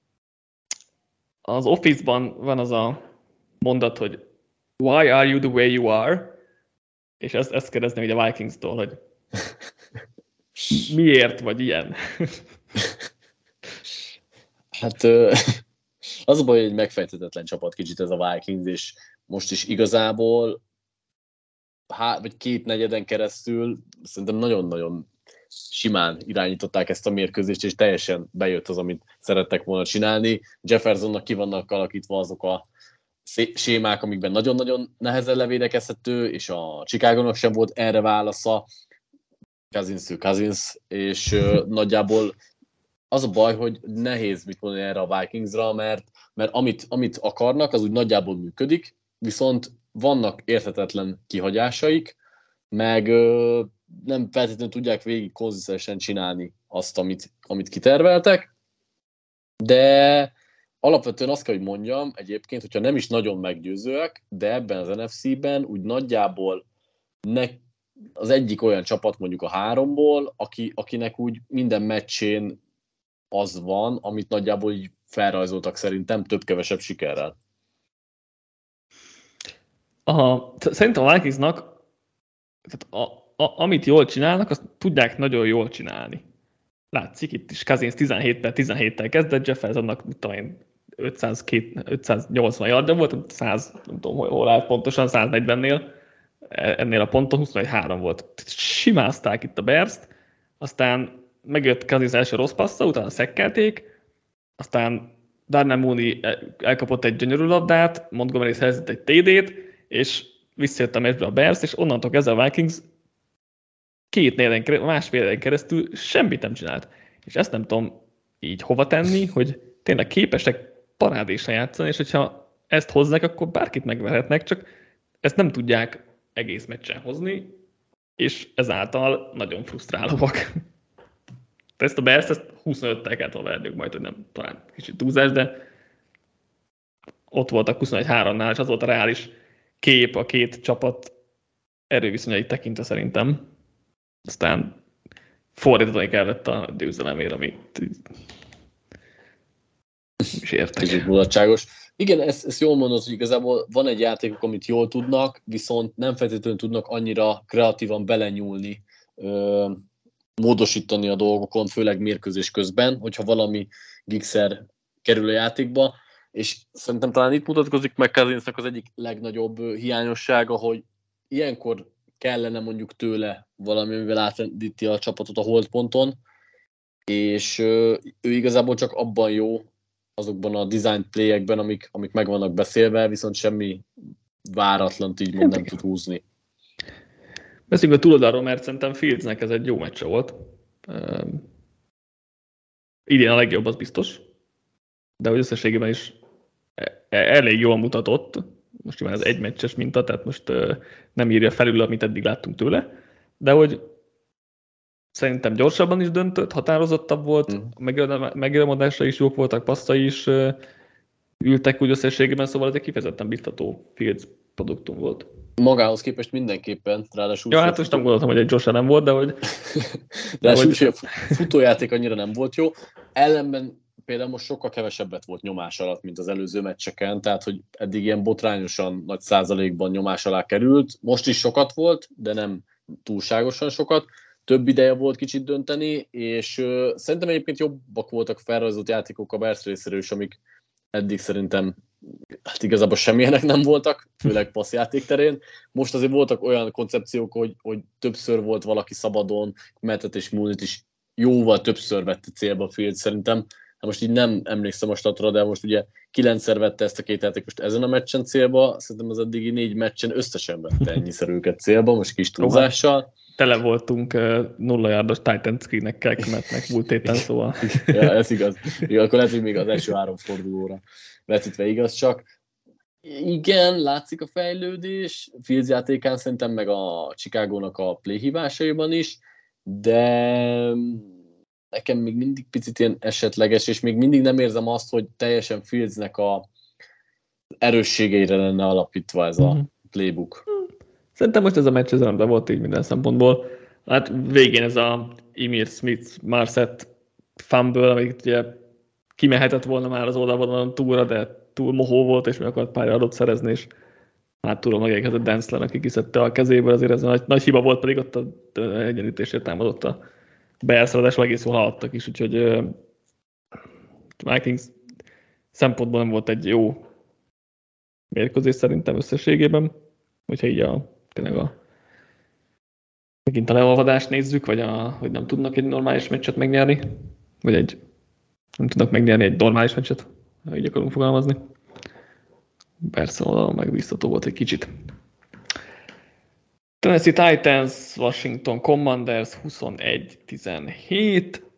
Az Office-ban van az a mondat, hogy why are you the way you are? És ezt kérdezném így a Vikings-tól, hogy miért vagy ilyen? Hát az a baj, hogy egy megfejthetetlen csapat kicsit ez a Vikings, és most is igazából vagy 2 negyeden keresztül szerintem nagyon-nagyon simán irányították ezt a mérkőzést, és teljesen bejött az, amit szerettek volna csinálni. Jeffersonnak ki vannak alakítva azok a sémák, amikben nagyon-nagyon nehezen levédekezhető, és a Chicagónak sem volt erre válasza. Cousins, és nagyjából az a baj, hogy nehéz mit mondani erre a Vikingsra, mert amit akarnak, az úgy nagyjából működik, viszont vannak érthetetlen kihagyásaik, meg nem feltétlenül tudják végig konzisztensen csinálni azt, amit kiterveltek, de alapvetően azt kell, hogy mondjam egyébként, hogyha nem is nagyon meggyőzőek, de ebben az NFC-ben úgy nagyjából az egyik olyan csapat mondjuk a 3-ból, akinek úgy minden meccsén az van, amit nagyjából így felrajzoltak szerintem több-kevesebb sikerrel. Szerintem a Vikingsnak amit jól csinálnak, azt tudják nagyon jól csinálni. Látszik itt is, Cousins 17-tel kezdett, Jeffersonnak 580 yardja volt, 100, nem tudom, hol állt pontosan, 140-nél, ennél a ponton 21-3 volt. Simázták itt a Bears-t, aztán megjött Cousins első rossz passza, utána szekkelték, aztán Darnell Mooney elkapott egy gyönyörű labdát, Montgomery szerzett egy TD-t, és visszajött a meccsbe a Bears, és onnantól kezdve a Vikings másfél éven keresztül semmit nem csinált. És ezt nem tudom így hova tenni, hogy tényleg képesek parádésra játszani, és hogyha ezt hozzák, akkor bárkit megverhetnek, csak ezt nem tudják egész meccsen hozni, és ezáltal nagyon frusztrálóak. Ezt a Bears, ezt 25-tel kellett volna verniük majd, hogy nem, talán kicsit túlzás, de ott voltak 21-3-nál, és az volt a reális kép a két csapat erőviszonyait tekintve szerintem. Aztán fordítani kellett a győzelemért, amit is értek. Kicsit mulatságos. Igen, ezt jól mondod, hogy igazából van egy játékok, amit jól tudnak, viszont nem feltétlenül tudnak annyira kreatívan belenyúlni, módosítani a dolgokon, főleg mérkőzés közben, hogyha valami gigszer kerül a játékba, és szerintem talán itt mutatkozik meg Cousinsnak az egyik legnagyobb hiányossága, hogy ilyenkor kellene mondjuk tőle valami, amivel átrendíti a csapatot a holdponton, és ő igazából csak abban jó, azokban a design playekben, amik meg vannak beszélve, viszont semmi váratlant így mond nem tud húzni. Beszéljünk a túloldalról, mert szerintem Fieldsnek ez egy jó meccse volt. Idén a legjobb, az biztos. De hogy összességében is elég jól mutatott. Most nyilván ez egy meccses minta, tehát most nem írja felül, amit eddig láttunk tőle. De hogy szerintem gyorsabban is döntött, határozottabb volt, a megjelmodása is jók voltak, passzai is ültek úgy összességében, szóval ez egy kifejezetten biztató Fields produktum volt. Magához képest mindenképpen, ráadásul... Ja, hát most nem gondoltam, hogy egy Josh nem volt, de hogy... Ráadásul a futójáték annyira nem volt jó. Ellenben például most sokkal kevesebbet volt nyomás alatt, mint az előző meccseken, tehát hogy eddig ilyen botrányosan nagy százalékban nyomás alá került. Most is sokat volt, de nem túlságosan sokat. Több ideje volt kicsit dönteni, és szerintem egyébként jobbak voltak felrajzolt játékok a Bears részéről is, amik eddig szerintem hát igazából semmilyenek nem voltak, főleg passzjáték terén. Most azért voltak olyan koncepciók, hogy többször volt valaki szabadon, Mettet és Mooney-t is jóval többször vette célba Fields szerintem. Hát most így nem emlékszem a statra, de most ugye 9-szer vette ezt a két játékost ezen a meccsen célba, szerintem az eddigi 4 meccsen összesen vette ennyiszer őket célba, most kis túlzással. Tele voltunk 0 yardos Titan screenekkel Kmetnek múlt héten, szóval. Ja, ez igaz. Igen, akkor lehet, hogy még az első 3 fordulóra vetítve igaz csak. Igen, látszik a fejlődés, Fields játékán szerintem, meg a Chicagónak a play hibásaiban is, de nekem még mindig picit ilyen esetleges, és még mindig nem érzem azt, hogy teljesen Fieldsnek a erősségeire lenne alapítva ez a playbook. Szerintem most ez a meccs rendben volt így minden szempontból. Hát végén ez a Emir Smith-Marset fumble, amik ugye kimehetett volna már az oldalvonalon túlra, de túl mohó volt, és meg akart pár adott szerezni, és hátulról megérkezett Densler, aki kiszedte a kezéből, azért ez a nagy hiba volt, pedig ott a egyenlítésért támadott a Bears, ráadásul egész jól haladtak is, úgyhogy Vikings szempontból nem volt egy jó mérkőzés szerintem összességében, hogyha így tényleg megint a leolvadást nézzük, vagy hogy nem tudnak egy normális meccset megnyerni, vagy nem tudnak megnyerni egy normális meccset, ha így akarunk fogalmazni. Persze oldalon meg biztató volt egy kicsit. Tennessee Titans, Washington Commanders 21-17.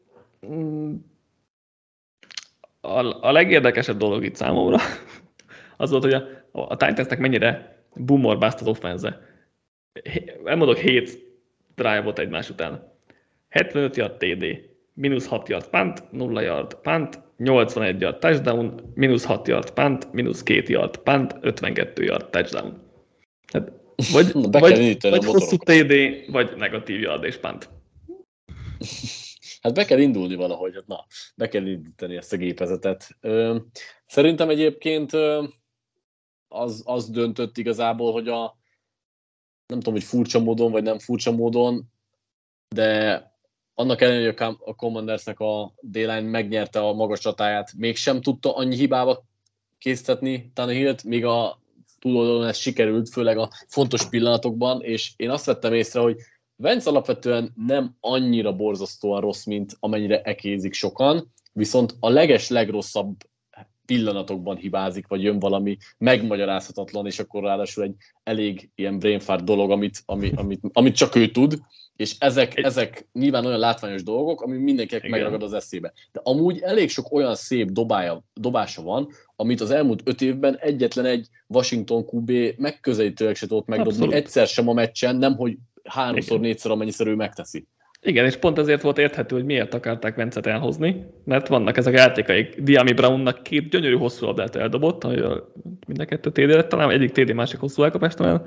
A legérdekesebb dolog itt számomra az volt, hogy a Titansnek mennyire boom bust az offense. Elmondok 7 drive-ot egymás után. 75 yard TD, -6 yard punt, 0 yard punt, 81 yard touchdown, -6 yard punt, -2 yard punt, 52 yard touchdown. Hát, vagy hosszú TD, vagy negatív yard és punt. Hát be kell indulni valahogy, be kell indítani ezt a gépezetet. Szerintem egyébként az döntött igazából, hogy nem tudom, hogy furcsa módon, vagy nem furcsa módon, de annak ellenére, hogy a Commandersnek a D-line megnyerte a magas csatáját, mégsem tudta annyi hibába késztetni Tannehillt, míg a túloldalon ez sikerült, főleg a fontos pillanatokban, és én azt vettem észre, hogy Wentz alapvetően nem annyira borzasztóan rossz, mint amennyire ekézik sokan, viszont a legrosszabb pillanatokban hibázik, vagy jön valami megmagyarázhatatlan, és akkor ráadásul egy elég ilyen brainfart dolog, amit csak ő tud, és ezek nyilván olyan látványos dolgok, ami mindenkinek megragad az eszébe. De amúgy elég sok olyan szép dobása van, amit az elmúlt 5 évben egyetlen egy Washington QB megközelítőleg se tudott megdobni. Abszolút. Egyszer sem a meccsen, nemhogy 3-4-szer, amennyiszer ő megteszi. Igen, és pont ezért volt érthető, hogy miért akarták Wentzet elhozni, mert vannak ezek a játékaik. Diami Brownnak 2 gyönyörű hosszú labdát eldobott, mind a 2 TD lett, talán egyik TD, másik hosszú elkapást talán.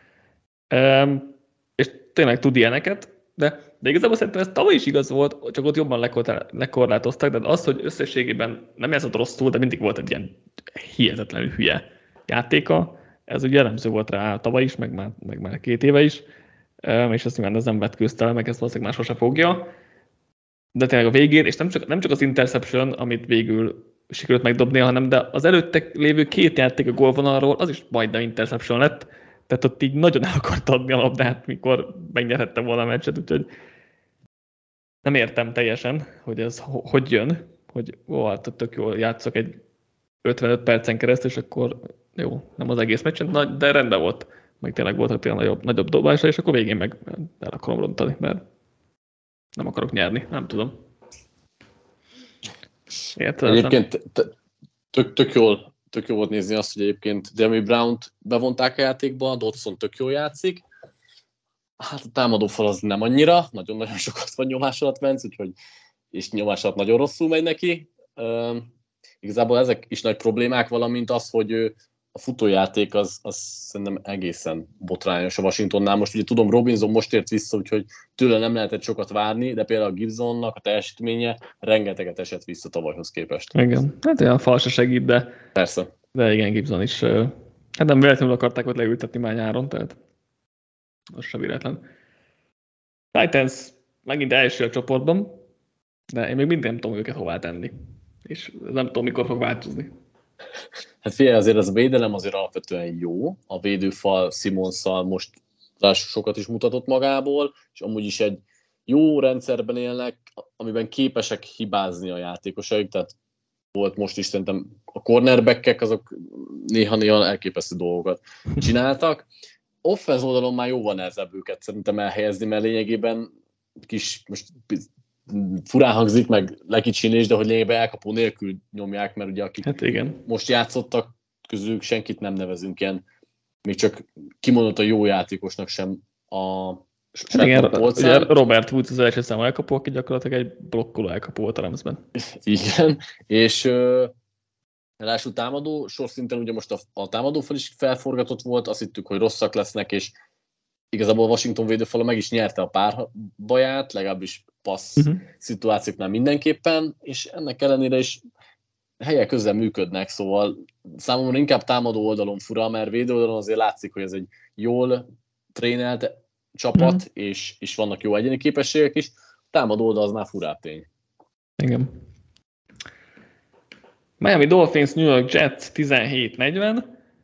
És tényleg tud ilyeneket, de igazából szerintem ez tavaly is igaz volt, csak ott jobban lekorlátoztak, de az, hogy összességében nem játszott rosszul, de mindig volt egy ilyen hihetetlenül hülye játéka, ez ugye jellemző volt rá tavaly is, meg már 2 éve is, és ezt nyilván ez nem vetkőzte, meg ezt valószínűleg már sose fogja. De tényleg a végén, és nem csak az interception, amit végül sikerült megdobni, hanem de az előtte lévő 2 játék a gólvonalról, az is majdnem interception lett, tehát ott így nagyon el akart adni a labdát, mikor megnyerhette volna a meccset, úgyhogy nem értem teljesen, hogy ez hogy jön, hogy hát tök jól játszok egy 55 percen keresztül, és akkor jó, nem az egész meccsen, de rendben volt. Meg tényleg voltak tényleg nagyobb dobása, és akkor végén meg el akarom rontani, mert nem akarok nyerni, nem tudom. Egyébként tök jól volt nézni azt, hogy egyébként Jeremy Brown-t bevonták a játékba, Dodson tök jól játszik. Hát a támadófal az nem annyira, nagyon-nagyon sokat van nyomás alatt Vance, és nyomás alatt nagyon rosszul megy neki. Igazából ezek is nagy problémák, valamint az, hogy a futójáték az szerintem egészen botrányos a Washingtonnál. Most ugye tudom, Robinson most ért vissza, úgyhogy tőle nem lehetett sokat várni, de például a Gibsonnak a teljesítménye rengeteget esett vissza tavalyhoz képest. Igen, hát olyan fal se segít, de... Persze. De igen, Gibson is... Hát nem véletlenül akarták ott leültetni már nyáron, tehát az sem véletlen. Titans megint első a csoportban, de én még mindig nem tudom őket hová tenni. És nem tudom, mikor fog változni. Hát figyelj, azért az a védelem azért alapvetően jó. A védőfal Simonsszal most sokat is mutatott magából, és amúgy is egy jó rendszerben élnek, amiben képesek hibázni a játékosaik, tehát volt most is szerintem a cornerbackek, azok néha elképesztő dolgokat csináltak. Offense oldalon már jóval nehezebb őket szerintem elhelyezni, mert lényegében most furán hangzik, meg lekicsinés, de hogy lényegében elkapó nélkül nyomják, mert ugye akik hát igen. most játszottak, közülük senkit nem nevezünk ilyen, még csak kimondott a jó játékosnak sem a igen, ugye Robert Woods az első számú elkapó, aki gyakorlatilag egy blokkoló elkapó volt a Ramsben. Igen, és ráadásul támadó, sorszinten ugye most a támadófal is felforgatott volt, azt hittük, hogy rosszak lesznek, és igazából a Washington védőfala meg is nyerte a párbaját, legalábbis passz szituációknál mindenképpen, és ennek ellenére is helyek közel működnek, szóval számomra inkább támadó oldalon fura, mert védő oldalon azért látszik, hogy ez egy jól trénelt csapat, és vannak jó egyéni képességek is, támadó oldal az már furább tény. Igen. Miami Dolphins, New York Jets 17-40.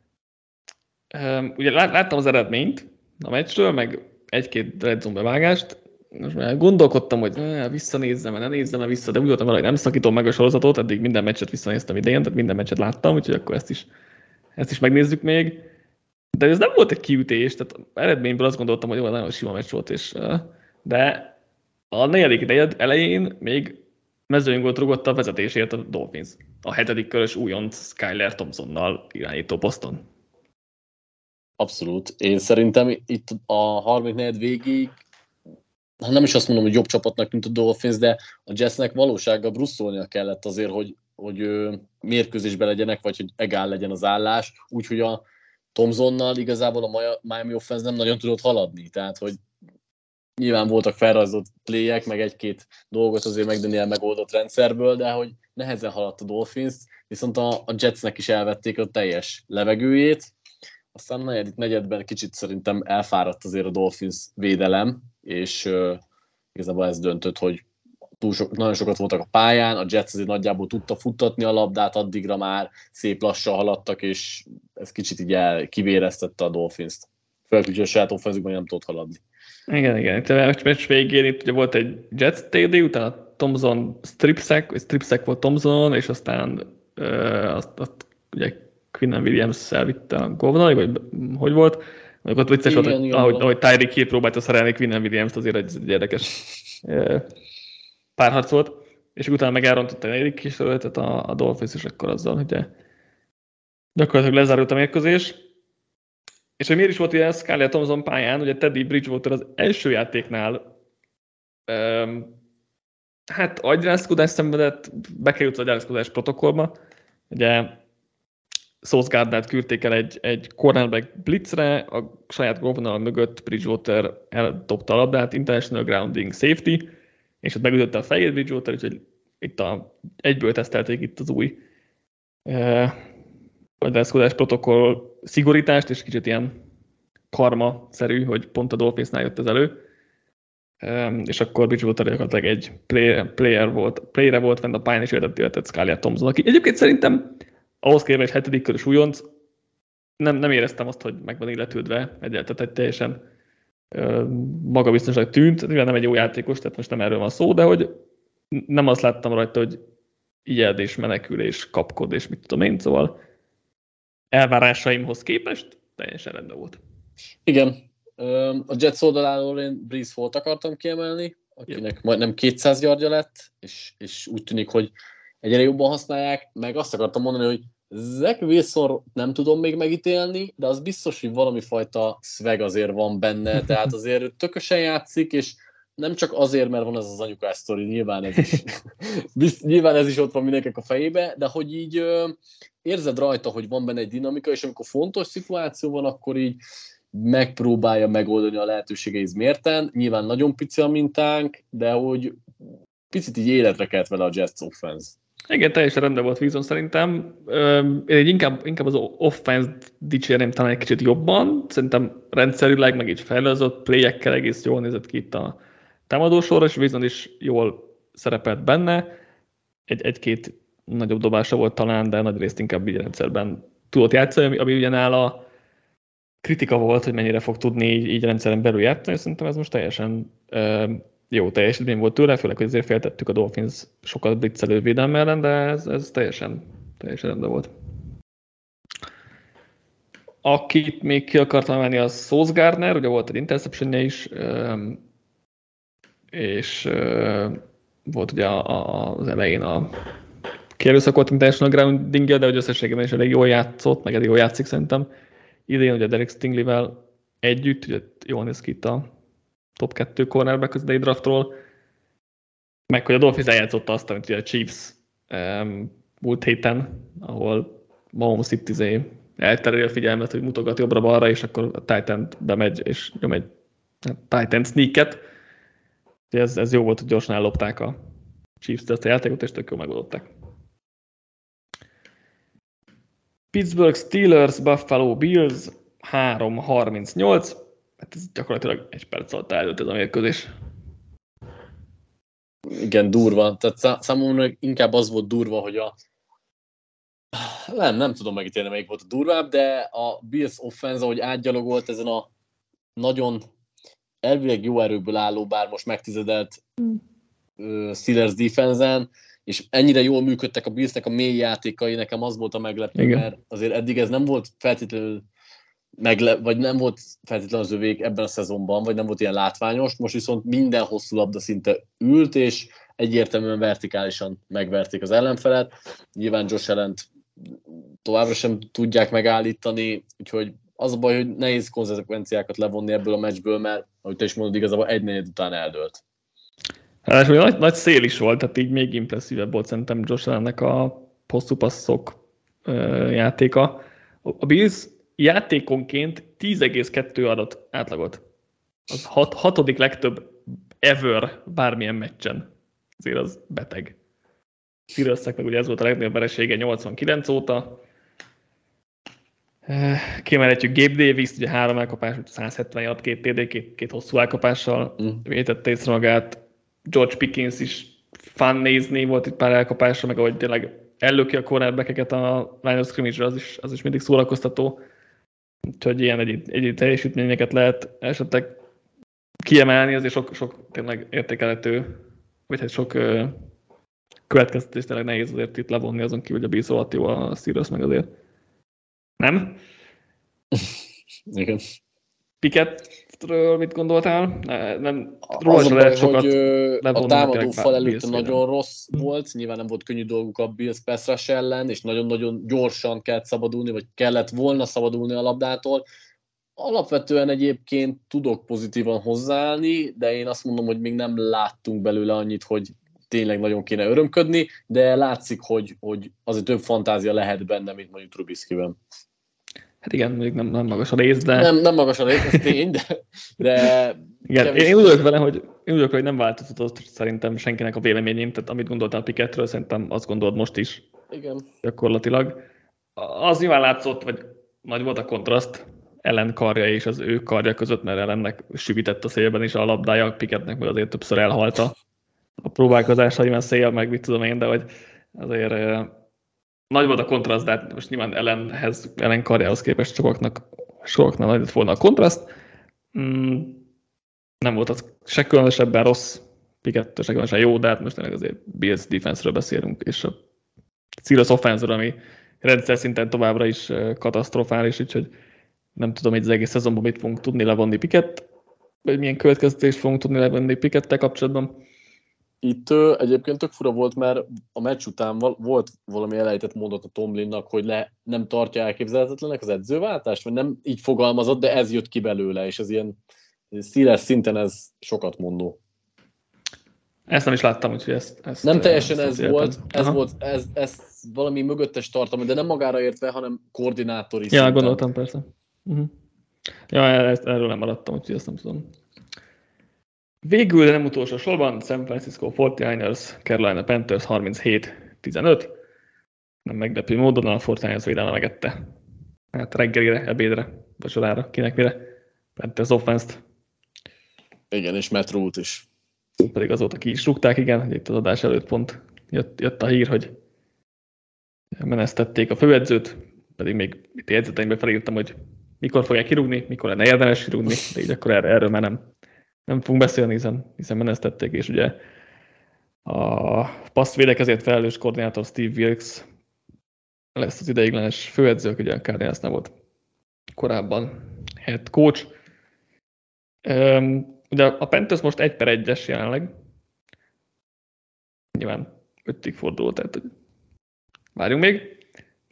Ugye láttam az eredményt a meccsről, meg egy-két red zone bevágást. Most már gondolkodtam, hogy visszanézzem, ne nézzem vissza, de úgy voltam vele, hogy nem szakítom meg a sorozatot, eddig minden meccset visszanéztem idején, tehát minden meccset láttam, úgyhogy akkor ezt is megnézzük még. De ez nem volt egy kiütés, tehát eredményből azt gondoltam, hogy jó, nagyon sima meccs volt, de a negyedik negyed elején még mezőnygolt rúgott a vezetésért a Dolphins. A 7. körös újonc Skyler Thompsonnal irányító poszton. Abszolút. Én szerintem itt a 34 végig, nem is azt mondom, hogy jobb csapatnak, mint a Dolphins, de a Jetsnek valósággal brusszolnia kellett azért, hogy mérkőzésben legyenek, vagy hogy egál legyen az állás, úgyhogy a Thompsonnal igazából a Miami Offense nem nagyon tudott haladni, tehát hogy nyilván voltak felrajzolt playek, meg egy-két dolgot azért McDaniel megoldott rendszerből, de hogy nehezen haladt a Dolphins, viszont a Jetsnek is elvették a teljes levegőjét, aztán a negyedik negyedben kicsit szerintem elfáradt azért a Dolphins védelem, és igazából ez döntött, hogy nagyon sokat voltak a pályán, a Jets azért nagyjából tudta futtatni a labdát, addigra már szép lassan haladtak, és ez kicsit így kivéreztette a Dolphins-t. Főleg, hogy a saját offenzükben nem tudott haladni. Igen. Itt a meccs végén itt ugye volt egy Jets TD, utána Thompson strip-sack volt Thompson, és aztán azt ugye Quinnen Williams elvitte a Govnali, vagy hogy volt? Ott vicces volt, ahogy Tyreek Hill próbálta szerelni Quinnen Williams-t, azért egy érdekes párharc volt, és utána meg elrontott egy negyedik kísérletet a Dolphins, és akkor azzal, hogy gyakorlatilag lezárult a mérkőzés. És hogy miért is volt ilyen Skyler Thompson pályán, ugye Teddy Bridgewater az első játéknál hát agyrázkodást szenvedett, bekerült az agyrázkodás protokollba, ugye Sauce Gardnert küldték el egy cornerback blitzre, a saját gólvonal mögött Bridgewater eldobta a labdát, international grounding safety, és ott megütötte a fejét Bridgewater, úgyhogy itt egyből tesztelték itt az új agyrázkodás protokoll szigorítást, és kicsit ilyen karma-szerű, hogy pont a Dolphinsnál jött ez elő. És akkor Bridgewater gyakorlatilag egy playre volt fent a pályán, és életett Skyler Thompson, aki egyébként szerintem ahhoz képest egy 7. körös újonc, nem éreztem azt, hogy meg van illetődve, egyáltalán egy teljesen magabiztosnak tűnt, nem egy jó játékos, tehát most nem erről van szó, de hogy nem azt láttam rajta, hogy ijed és menekül és kapkod és mit tudom én, szóval elvárásaimhoz képest teljesen rendben volt. Igen. A Jets oldaláról én Breece Hall-t akartam kiemelni, akinek majdnem 200 yardja lett, és úgy tűnik, hogy egyre jobban használják, meg azt akartam mondani, hogy Zach Wilson nem tudom még megítélni, de az biztos, hogy valami fajta swag azért van benne, tehát azért tökösen játszik, és nem csak azért, mert van ez az anyukás sztori, nyilván ez is ott van mindenkinek a fejébe, de hogy így érzed rajta, hogy van benne egy dinamika, és amikor fontos szituáció van, akkor így megpróbálja megoldani a lehetőségeiz mérten. Nyilván nagyon pici a mintánk, de hogy picit így életre kelt vele a Jets offense. Igen, teljesen rendben volt Wilson szerintem. Én inkább az offense-t dicsérném talán egy kicsit jobban. Szerintem rendszerileg, meg így fejlőzött playekkel egész jól nézett ki itt a támadósorra, és Wilson is jól szerepelt benne. Egy-két nagyobb dobása volt talán, de nagy részt inkább így rendszerben tudott játszani, ami ugye nála kritika volt, hogy mennyire fog tudni így rendszeren belül játszani, és szerintem ez most teljesen jó teljesítmény volt tőle, főleg, hogy azért féltettük a Dolphins sokat blitzelő védelme ellen, de ez teljesen rendben volt. Akit még ki akartam emelni, az Sauce Gardner, ugye volt egy interceptionje is, és volt ugye az elején a kierőszakolt International Grounding-gel, de hogy összességében is elég jól játszott, meg elég jól játszik szerintem. Idén ugye Derek Stingley-vel együtt, ugye jól néz ki itt a top 2 cornerback az idei draftról, meg hogy a Dolphins eljátszotta azt, amit ugye a Chiefs múlt héten, ahol Mahomes itt eltereli a figyelmet, hogy mutogat jobbra-balra, és akkor a Titan bemegy, és nyom egy Titan sneaket. Ez jó volt, hogy gyorsan ellopták a Chiefs ezt a játékot, és tök jól megoldották. Pittsburgh Steelers, Buffalo Bills, 3-38. Hát ez gyakorlatilag egy perc alatt eldőlt ez a mérkőzés. Igen, durva. Tehát számomra inkább az volt durva, hogy nem tudom megítélni, melyik volt a durvább, de a Bills offense, ahogy átgyalogolt ezen a nagyon elvileg jó erőből álló, bár most megtizedelt Steelers defense-en, és ennyire jól működtek a Billsnek a mély játékai, nekem az volt a meglepő, igen. Mert azért eddig ez nem volt feltétlenül vagy nem volt feltétlenül az övék ebben a szezonban, vagy nem volt ilyen látványos, most viszont minden hosszú labda szinte ült, és egyértelműen vertikálisan megverték az ellenfelet. Nyilván Josh Allent továbbra sem tudják megállítani, úgyhogy az a baj, hogy nehéz konzekvenciákat levonni ebből a meccsből, mert ahogy te is mondod, igazából 1/4 után eldőlt. Hát, nagy szél is volt, tehát így még impresszívebb volt szerintem Josh Allennek a hosszú passzok játéka. A Bills játékonként 10,2 adott átlagot. Az hatodik legtöbb ever bármilyen meccsen. Azért az beteg. Steelersnek meg ugye ez volt a legnagyobb veresége 89 óta. Kiemelhetjük Gabe Davis, ugye 3 elkapás, 170 yard, 2 TD, két hosszú elkapással vétette észre magát. George Pickens is fun nézni, volt itt pár elkapásra, meg ahogy tényleg ellöki a cornerbackeket a line of scrimmage-re, az is mindig szórakoztató. Úgyhogy ilyen egy teljesítményeket lehet esetleg kiemelni, azért sok tényleg értékelhető, vagy hát sok következtetés tényleg nehéz azért itt levonni, azon kívül, hogy a Bills alatt jó a Steelers meg azért. Nem? Igen. Pickettről mit gondoltál? Nem, az a baj, hogy a támadó fal előtt nagyon rossz volt, nyilván nem volt könnyű dolguk a Bills pass rush ellen, és nagyon-nagyon gyorsan kellett szabadulni, vagy kellett volna szabadulni a labdától. Alapvetően egyébként tudok pozitívan hozzáállni, de én azt mondom, hogy még nem láttunk belőle annyit, hogy tényleg nagyon kéne örömködni, de látszik, hogy azért több fantázia lehet benne, mint mondjuk Trubiskyben. Hát igen, még nem magas a rész, de... Nem magas a rész, ez tény, de igen, én úgy vele, hogy nem változott szerintem senkinek a véleményén, tehát amit gondoltál Pickettről, szerintem azt gondolod most is. Igen. Gyakorlatilag. Az nyilván látszott, vagy nagy volt a kontraszt Allen karja és az ő karja között, mert Allennek süvített a szélben is a labdája, Pickettnek meg azért többször elhalt a próbálkozásaiban szél, meg mit tudom én, de hogy azért nagy volt a kontraszt, de hát most nyilván Allen karjához képest sokaknál nagy lett volna a kontraszt. Nem volt az se különösebben rossz, Pickett se különösen jó, de hát most tényleg azért Bills defense-ről beszélünk, és a Steelers offense-ről, ami rendszer szinten továbbra is katasztrofális, úgyhogy nem tudom, hogy az egész szezonban mit fogunk tudni levonni Pickett, vagy milyen következtetést fogunk tudni levonni Pickettel kapcsolatban. Itt egyébként tök fura volt, mert a meccs után volt valami elejtett mondat a Tomlinnak, hogy nem tartja elképzelhetetlenek az edzőváltást, vagy nem így fogalmazott, de ez jött ki belőle, és ez ilyen Steelers szinten ez sokat mondó. Ezt nem is láttam, úgyhogy ezt nem teljesen ezt ez volt, ez valami mögöttes tartalma, de nem magára értve, hanem koordinátori szinten. Ja, gondoltam persze. Ja, erről nem maradtam, úgyhogy ezt nem tudom. Végül, de nem utolsó sorban, San Francisco 49ers, Carolina Panthers 37-15. Nem meglepő módon a 49ers védelme megette. Hát reggelire, ebédre, vacsorára, kinek mire. Panthers offense-t. Igen, és Matt Rule-t is. Pedig azóta ki is rúgták, igen, hogy itt az adás előtt pont jött a hír, hogy menesztették a főedzőt, pedig még itt jegyzeteimben felírtam, hogy mikor fogják kirúgni, mikor lenne érdemes kirúgni, de így akkor erről már nem fogunk beszélni, hiszen menesztették, és ugye a passzvédekezért felelős koordinátor Steve Wilkes lesz az ideiglenes főedző, ugye a Cardinalsnál volt korábban head coach. Ugye a Panthers most 1-1-es jelenleg. Nyilván 5-ig forduló, tehát várjunk még.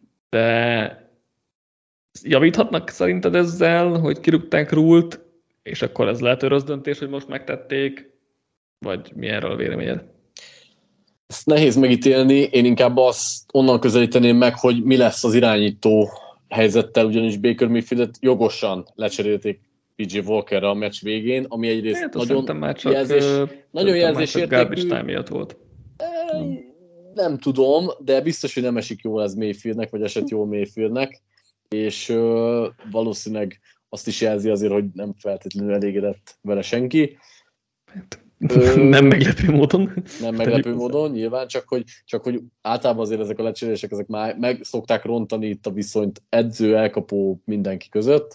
De javíthatnak szerinted ezzel, hogy kirúgták Rule-t, és akkor ez lehet, hogy rossz döntés, hogy most megtették, vagy mi erről a véleményed? Ezt nehéz megítélni, én inkább azt onnan közelíteném meg, hogy mi lesz az irányító helyzettel, ugyanis Baker Mayfieldet jogosan lecserélték PJ Walkerre a meccs végén, ami egyrészt hát nagyon jelzésértékű. Miatt volt. Nem tudom, de biztos, hogy nem esik jól ez Mayfieldnek, vagy esett jól Mayfieldnek, és valószínűleg azt is jelzi azért, hogy nem feltétlenül elégedett vele senki. Nem meglepő módon. Nem meglepő módon, nyilván, csak hogy általában azért ezek a lecserélések, ezek már meg szokták rontani itt a viszonyt edző, elkapó mindenki között.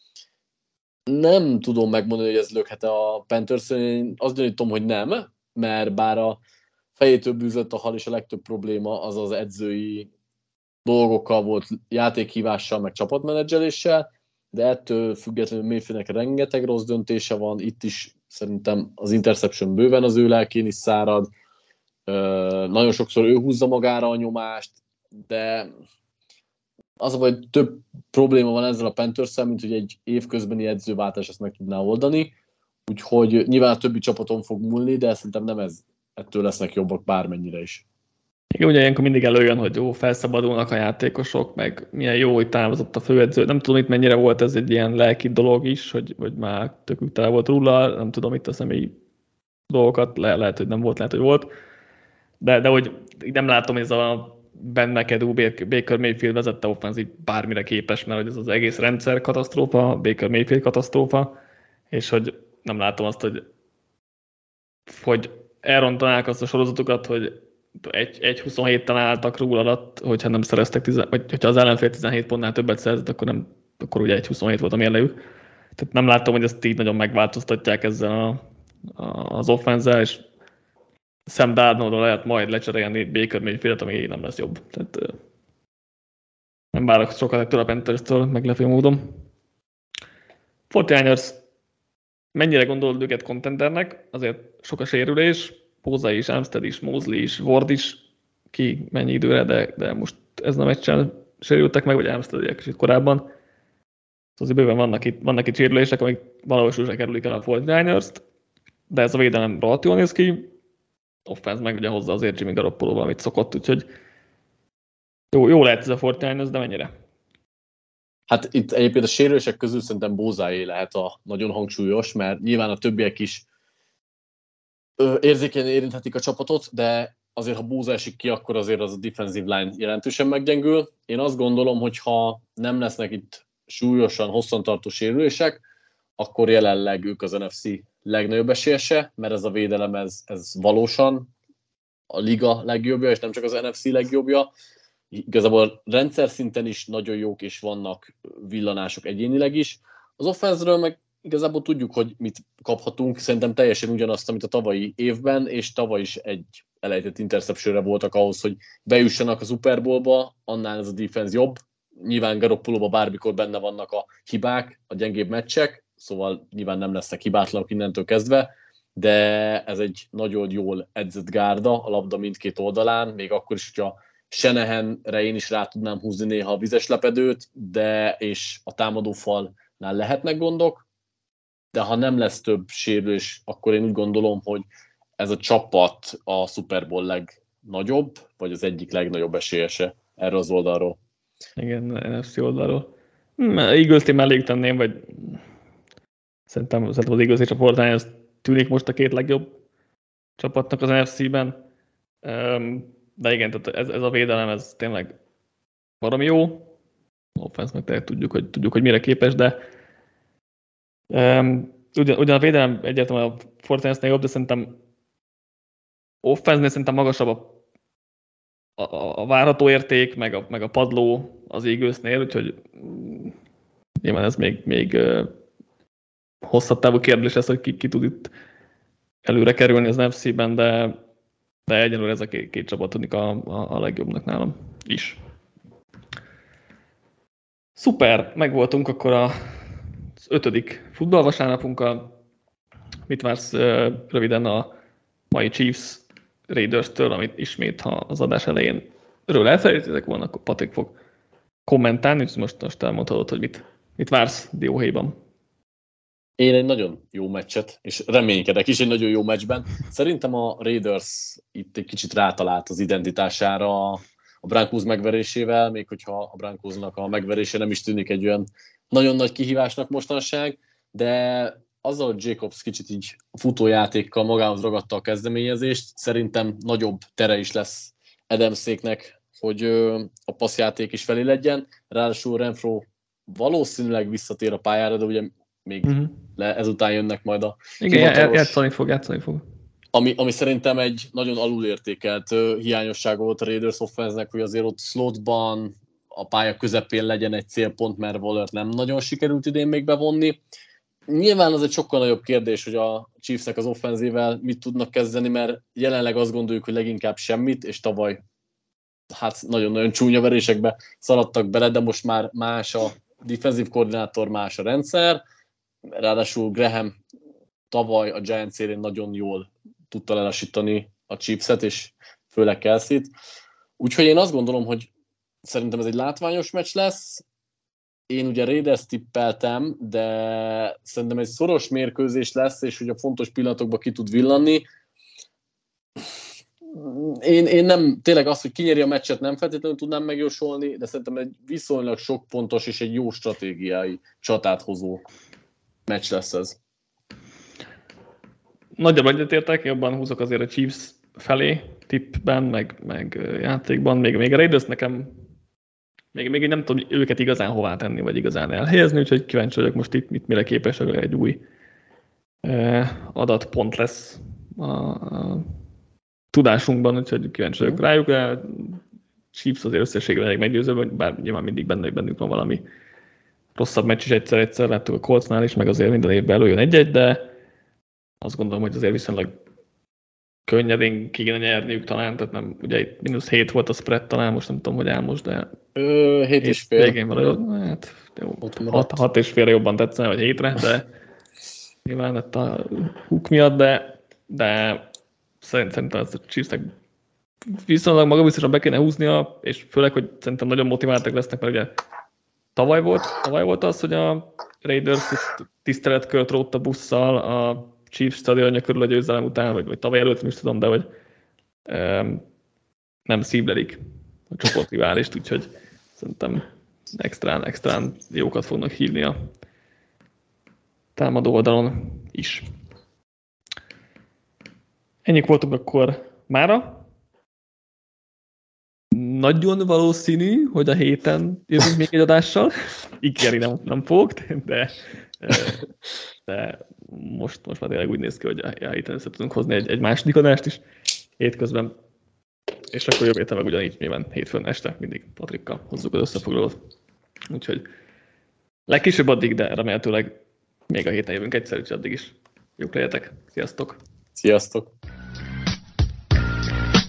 Nem tudom megmondani, hogy ez lökhet-e a Panthers, én azt gyanítom, hogy nem, mert bár a fejétől bűzött a hal, és a legtöbb probléma az az edzői dolgokkal volt, játékhívással, meg csapatmenedzseléssel, de ettől függetlenül Mayfieldnek rengeteg rossz döntése van, itt is szerintem az interception bőven az ő lelkén is szárad, nagyon sokszor ő húzza magára a nyomást, de az a baj, hogy több probléma van ezzel a Panthers-szel, mint hogy egy évközbeni edzőváltás ezt meg tudná oldani, úgyhogy nyilván a többi csapaton fog múlni, de szerintem nem ettől lesznek jobbak bármennyire is. Igen, ugye ilyenkor mindig előjön, hogy jó, felszabadulnak a játékosok, meg milyen jó, hogy távozott a főedző. Nem tudom, itt mennyire volt ez egy ilyen lelki dolog is, hogy már tökük tele volt róla, nem tudom itt a személyi dolgokat, lehet, hogy nem volt, lehet, hogy volt. De hogy nem látom, hogy ez a bennekedő Baker Mayfield vezette offenzív bármire képes, mert hogy ez az egész rendszer katasztrófa, Baker Mayfield katasztrófa, és hogy nem látom azt, hogy elrontanák azt a sorozatokat, hogy 1-27-tel álltak Rule alatt, hogyha nem szereztek, vagy hogyha az ellenfél 17 pontnál többet szerzett, akkor ugye 1-27 volt a mérlegük. Tehát nem látom, hogy ezt így nagyon megváltoztatják ezzel az offenzel, és Sam Darnoldra lehet majd lecserélni Baker Mayfieldet, ami nem lesz jobb. Tehát nem várok sokat ettől a Panthers-től meglepő módon. 49ers, mennyire gondolod őket contendernek? Azért sok a sérülés, Bosa is, Armstead is, Mosley is, Ward is, ki mennyi időre, de most ez a meccsen sérültek meg, vagy Armsteadiek is itt korábban. Azért bőven vannak itt sérülések, amik valahol sosem kerülik el a 49ers-t, de ez a védelem rohadt jól néz ki. Offense meg ugye hozzá azért Jimmy Garoppolo valamit szokott, úgyhogy jó lehet ez a 49ers, de mennyire? Hát itt egyébként a sérülések közül szerintem Bosáé lehet a nagyon hangsúlyos, mert nyilván a többiek is érzékenyen érinthetik a csapatot, de azért, ha Bosa esik ki, akkor azért az a defensive line jelentősen meggyengül. Én azt gondolom, hogy ha nem lesznek itt súlyosan, hosszantartó sérülések, akkor jelenleg ők az NFC legnagyobb esélyese, mert ez a védelem, ez valósan a liga legjobbja, és nem csak az NFC legjobbja. Igazából rendszer szinten is nagyon jók, és vannak villanások egyénileg is. Az offense-ről meg igazából tudjuk, hogy mit kaphatunk, szerintem teljesen ugyanazt, amit a tavalyi évben, és tavaly is egy elejtett interceptionre voltak ahhoz, hogy bejussanak a Super Bowlba, annál ez a defense jobb. Nyilván Garoppolóban bármikor benne vannak a hibák, a gyengébb meccsek, szóval nyilván nem lesznek hibátlanok innentől kezdve, de ez egy nagyon jól edzett gárda, a labda mindkét oldalán, még akkor is, hogyha Shanahanre én is rá tudnám húzni néha a vizes lepedőt, és a támadófalnál lehetnek gondok, de ha nem lesz több sérülés, akkor én úgy gondolom, hogy ez a csapat a Super Bowl legnagyobb, vagy az egyik legnagyobb esélyese erre az oldalról. Igen, NFC oldalról. Eagles-t én elég tenném, vagy szerintem az Eagles és a Fortnite tűnik most a két legjobb csapatnak az NFC-ben. De igen, tehát ez a védelem, ez tényleg baromi jó. Offense meg tudjuk, hogy mire képes, de ugyan a védelem egyáltalán a Fortnite-nél jobb, de szerintem offense-nél szerintem magasabb a várható érték, meg a padló az Eaglesnél, úgyhogy nyilván ez még hosszabb távú kérdés lesz, hogy ki tud itt előre kerülni az NFC-ben, de egyelőre ez a két csapat tűnik a legjobbnak nálam is. Szuper, megvoltunk akkor az 5. futballvasárnapunkkal. Mit vársz röviden a mai Chiefs Raiders-től, amit ismét, ha az adás elején elfelejtettek volna, akkor Patrik fog kommentálni, és most elmondhatod, hogy mit vársz dióhéjban. Én egy nagyon jó meccset, és reménykedek is egy nagyon jó meccsben. Szerintem a Raiders itt egy kicsit rátalált az identitására a Broncos megverésével, még hogyha a Broncosnak a megverése nem is tűnik egy olyan nagyon nagy kihívásnak mostanság, de azzal, hogy Jacobs kicsit így a futójátékkal magához ragadta a kezdeményezést, szerintem nagyobb tere is lesz Adamséknek, hogy a passzjáték is felé legyen. Ráadásul Renfro valószínűleg visszatér a pályára, de ugye még ezután jönnek majd a igen, játszani fog. Ami szerintem egy nagyon alulértékelt hiányosság volt a Raiders offense-nek, hogy azért ott slotban a pálya közepén legyen egy célpont, mert Wallert nem nagyon sikerült idén még bevonni. Nyilván az egy sokkal nagyobb kérdés, hogy a Chiefsnek az offenzével mit tudnak kezdeni, mert jelenleg azt gondoljuk, hogy leginkább semmit, és tavaly hát nagyon-nagyon csúnya verésekbe szaladtak bele, de most már más a defenzív koordinátor, más a rendszer. Ráadásul Graham tavaly a Giants élén nagyon jól tudta lelassítani a Chiefset, és főleg Kelsey-t. Úgyhogy én azt gondolom, hogy szerintem ez egy látványos meccs lesz. Én ugye Raiders tippeltem, de szerintem egy szoros mérkőzés lesz, és hogy a fontos pillanatokban ki tud villanni. Én nem, tényleg azt, hogy kinyeri a meccset nem feltétlenül tudnám megjósolni, de szerintem egy viszonylag sok pontos és egy jó stratégiai csatát hozó meccs lesz ez. Nagyobb egyetértek, jobban húzok azért a Chiefs felé tippben, meg játékban. Még a Raiders nekem még nem tudom őket igazán hová tenni, vagy igazán elhelyezni, úgyhogy kíváncsi vagyok most itt mire képes, egy új adatpont lesz a tudásunkban, úgyhogy kíváncsi vagyok rájuk. A Chiefs azért összességében elég meggyőző, bár nyilván mindig bennük van valami rosszabb meccs is egyszer láttuk a Coltsnál is, meg azért minden évben előjön egy-egy, de azt gondolom, hogy azért viszonylag könnyedén kéne nyerniük talán, tehát nem, ugye itt -7 volt a spread talán, most nem tudom, hogy áll most, de 7,5. Végén valahogy, hát jó, 6,5-re jobban tetszene, vagy 7-re, de nyilván lett a hook miatt, de szerintem az a Chiefsnek viszonylag magabiztosan be kéne húznia, és főleg, hogy szerintem nagyon motiváltak lesznek, mert ugye tavaly volt az, hogy a Raiders tiszteletkört rótt a busszal a Chiefs stadionja körül a győzelem után, vagy tavaly előtt nem is tudom, de hogy nem szívlelik a csoportriválist, úgyhogy szerintem extrán jókat fognak hívni a támadó oldalon is. Ennyik voltunk akkor mára. Nagyon valószínű, hogy a héten jövünk még egy adással. Ígérni nem fogok, de most már tényleg úgy néz ki, hogy a héten össze tudunk hozni egy második adást is hétközben. És akkor jövő héten meg ugyanígy nyilván hétfőn este mindig Patrikkal hozzuk az összefoglalót. Úgyhogy legkésőbb addig, de remélhetőleg még a héten jövünk egyszer, úgyhogy addig is jók legyetek. Sziasztok! Sziasztok!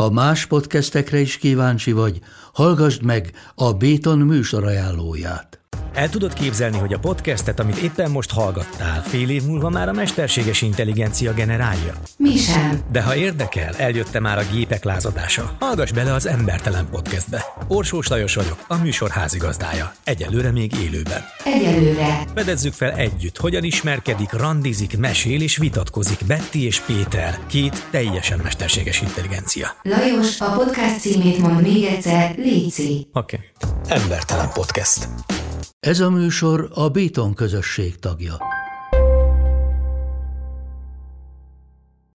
Ha más podcastekre is kíváncsi vagy, hallgassd meg a Béton műsor ajánlóját. El tudod képzelni, hogy a podcastet, amit éppen most hallgattál, fél év múlva már a mesterséges intelligencia generálja? Mi sem. De ha érdekel, eljött már a gépek lázadása. Hallgass bele az Embertelen Podcastbe. Orsós Lajos vagyok, a műsor házigazdája. Egyelőre még élőben. Egyelőre. Fedezzük fel együtt, hogyan ismerkedik, randizik, mesél és vitatkozik Betty és Péter, két teljesen mesterséges intelligencia. Lajos, a podcast címét mond még egyszer, léci. Oké. Embertelen Podcast. Ez a műsor a Béton közösség tagja.